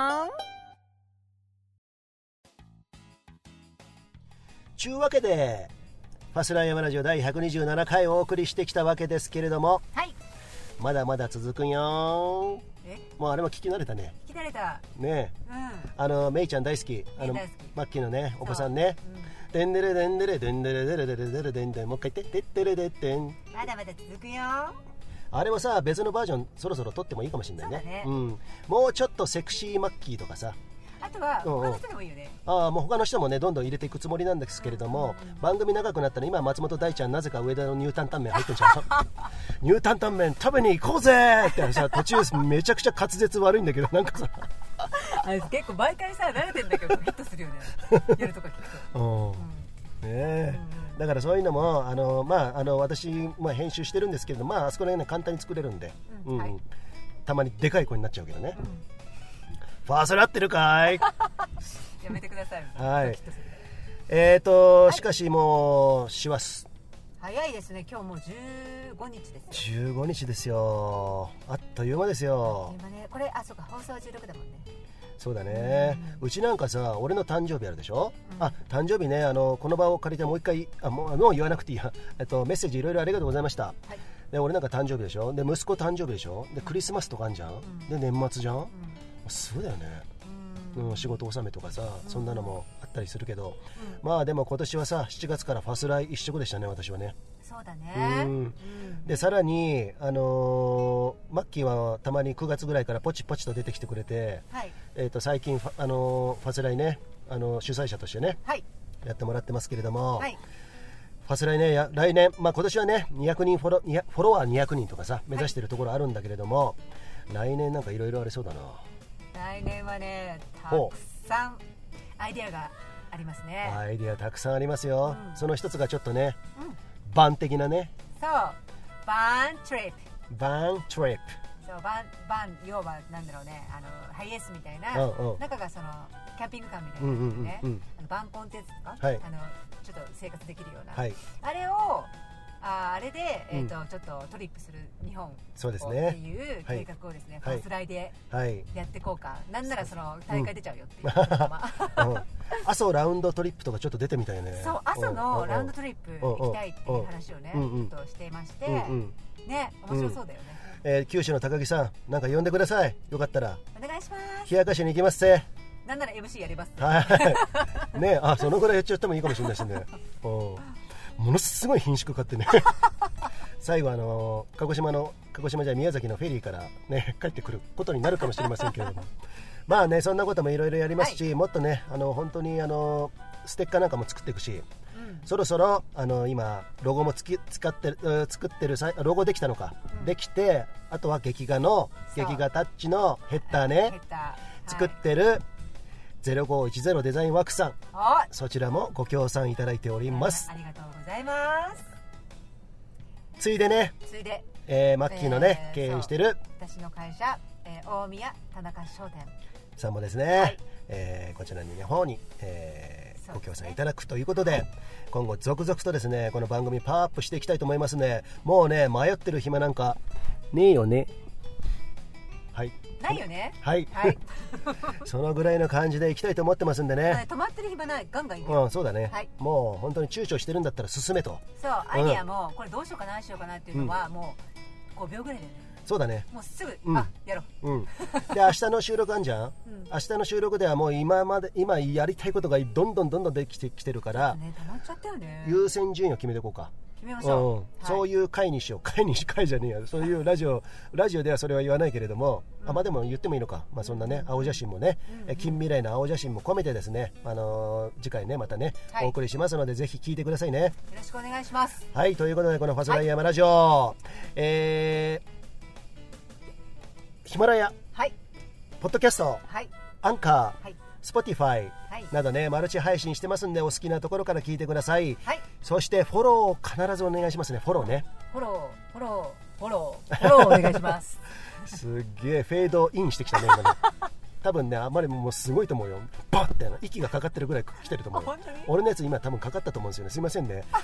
A: ちゅうわけでファスライヤマラジオ第ひゃくにじゅうななかいお送りしてきたわけですけれども、
B: はい、
A: まだまだ続くよ。えもうあれも聞き慣れたね。
B: 聞き慣れた
A: ねえ、うん、あのメイちゃん大好き、あのマッキーのねお子さんね、でんでれでんでれでんでれでれでれでれでんでん、もう一回言って、でってれでってん、
B: まだまだ続くよ。
A: あれもさ、別のバージョンそろそろ撮ってもいいかもしれない ね, ね、うん、もうちょっとセクシーマッキーとかさ、
B: あとは他の人でもいいよね、
A: うんうん、ああもう他の人もねどんどん入れていくつもりなんですけれども、うんうんうん、番組長くなったら今松本大ちゃんなぜか上田のニュータンタンメン入ってんじゃんニュータンタンメン食べに行こうぜってさ、途中めちゃくちゃ滑舌悪いんだけど、なんかさ
B: あれ結構毎回さ慣れてんだけどヒットするよね夜とか聞くと、うん、ね
A: え、うん、だからそういうのもあの、まあ、あの私、まあ、編集してるんですけれど、まあ、あそこら辺、ね、簡単に作れるんで、うんうん、はい、たまにでかい声になっちゃうけどね、うん、ファーストラってるかい
B: やめてください
A: はい、えーと、はい、しかしもう師走
B: 早いですね。今日もうじゅうごにちですよ。
A: じゅうごにちですよ。あっという間ですよ。
B: あっという間ね。これあそうか放送はじゅうろくだもんね。
A: そうだね、うん、うちなんかさ俺の誕生日あるでしょ、うん、あ誕生日ね、あのこの場を借りてもう一回あもう、もう言わなくていいや、えっと、メッセージいろいろありがとうございました、はい、で俺なんか誕生日でしょ、で息子誕生日でしょ、でクリスマスとかあんじゃん、うん、で年末じゃん、うん、そうだよね、うん、仕事納めとかさ、うん、そんなのもあったりするけど、うん、まあでも今年はさしちがつからファスライ一色でしたね、私はね。
B: そうだね、うん、
A: でさらに、あのー、マッキーはたまにくがつぐらいからポチポチと出てきてくれて、はい、えー、と最近ファ、あのー、ファスライね、あのー、主催者としてね、はい、やってもらってますけれども、はい、ファスライねや来年、まあ、今年はねにひゃくにんフォロ、フォロワーにひゃくにんとかさ目指してるところあるんだけれども、はい、来年なんかいろいろありそうだな。
B: 来年はねたくさんアイデアがありますね。
A: アイデアたくさんありますよ、うん、その一つがちょっとね、うん、バン的なね。
B: そうバントリップ
A: バントリップ
B: そうバンバン要はなんだろうね、あのハイエースみたいな、うんうん、中がそのキャンピングカーみたいなね、うんうんうんうん、あのバンコンってやつとか、はい、あのちょっと生活できるような、はい、あれをあ, あれで、えーとうん、ちょっとトリップする日本
A: そうですね
B: っていう計画をですね、はい、ファスライでやっていこうか、はい、なんならその大会出ちゃうよっていう、
A: うん、阿蘇ラウンドトリップとかちょっと出てみたいね。
B: そう阿蘇のラウンドトリップ行きたいっていう話をねちょっとしていまして、うんうん、ね面白そうだよね、
A: うん、えー、九州の高木さんなんか呼んでください、よかったら
B: お願いします。
A: 冷やかしに行きますぜ。
B: なんなら エムシー やります
A: はいね、あそのぐらいやっちゃってもいいかもしれないですねものすごい品種買ってね最後あの鹿児島の鹿児島じゃ宮崎のフェリーからね帰ってくることになるかもしれませんけれどもまあねそんなこともいろいろやりますし、はい、もっとねあの本当にあのステッカーなんかも作っていくし、うん、そろそろあの今ロゴもつき使ってる作ってるロゴできたのか、うん、できてあとは劇画の劇画タッチのヘッダーね、はい、ヘッダー、はい、作ってるゼロごいちゼロデザインワークさん、そちらもご協賛いただいております。
B: ありがとうございます。
A: ついでね
B: ついで、
A: えー、マッキーのね、えー、経営してる
B: 私の会社、えー、大宮田中商店
A: さんもですね、はい、えー、こちらの方に、えーね、ご協賛いただくということで、はい、今後続々とですねこの番組パワーアップしていきたいと思いますので、もうね迷ってる暇なんかねえよね。はい
B: ないよね。
A: はい、はい、そのぐらいの感じでいきたいと思ってますんでね。
B: 止まってる暇ない、ガンガンいくよ。
A: うん、そうだね、はい、もう本当に躊躇してるんだったら進めと。
B: そうアイディアも、うん、これどうしようかなしようかなっていうのは、うん、もうごびょうぐらいでね。
A: そうだね、
B: もうすぐ、うん、あやろう、うん、
A: で明日の収録あんじゃん、うん、明日の収録ではもう今まで今やりたいことがどんどんどんどんできてきてるから、
B: ね、溜まっちゃったよね。
A: 優先順位を決めていこうか。
B: 決めましょう、うん、はい、
A: そういう回にしよう。回にし回じゃねえや、そういうラジオラジオではそれは言わないけれども、うん、あまあでも言ってもいいのか、まあ、そんなね、うん、青写真もね、うん、近未来の青写真も込めてですね、あのー、次回ねまたね、はい、お送りしますのでぜひ聞いてくださいね。よ
B: ろしくお願いします。
A: はい、ということでこのファスライヤマラジオ、はい、えーヒマラヤ、はい、ポッドキャスト、はい、アンカー、はい、スポティファイなどねマルチ配信してますんでお好きなところから聞いてください、はい、そしてフォロー必ずお願いしますね。フォローね、
B: フォローフォローフォローフォローお願いします
A: すっげえフェードインしてきたね今ね多分ねあまりもうすごいと思うよ。バッて息がかかってるぐらい来てると思うよ。俺のやつ今多分かかったと思うんですよね。すいませんね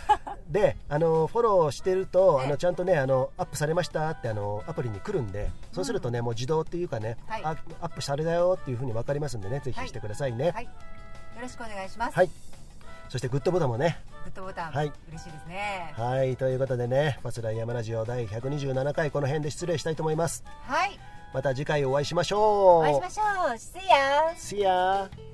A: であのフォローしてるとあのちゃんとねあのアップされましたってあのアプリに来るんで、そうするとね、うん、もう自動っていうかね、はい、アップされたよっていう風に分かりますんでね、ぜひしてくださいね、はいはい、よ
B: ろしくお願いします。
A: はい、そしてグッドボタンもね、
B: グッドボタン、はい、嬉しいですね。
A: はい、ということでね、ファスライヤマラジオ第ひゃくにじゅうななかい、この辺で失礼したいと思います。
B: はい、
A: また次回お会いしましょう。
B: お会いしましょう。See ya.
A: See ya.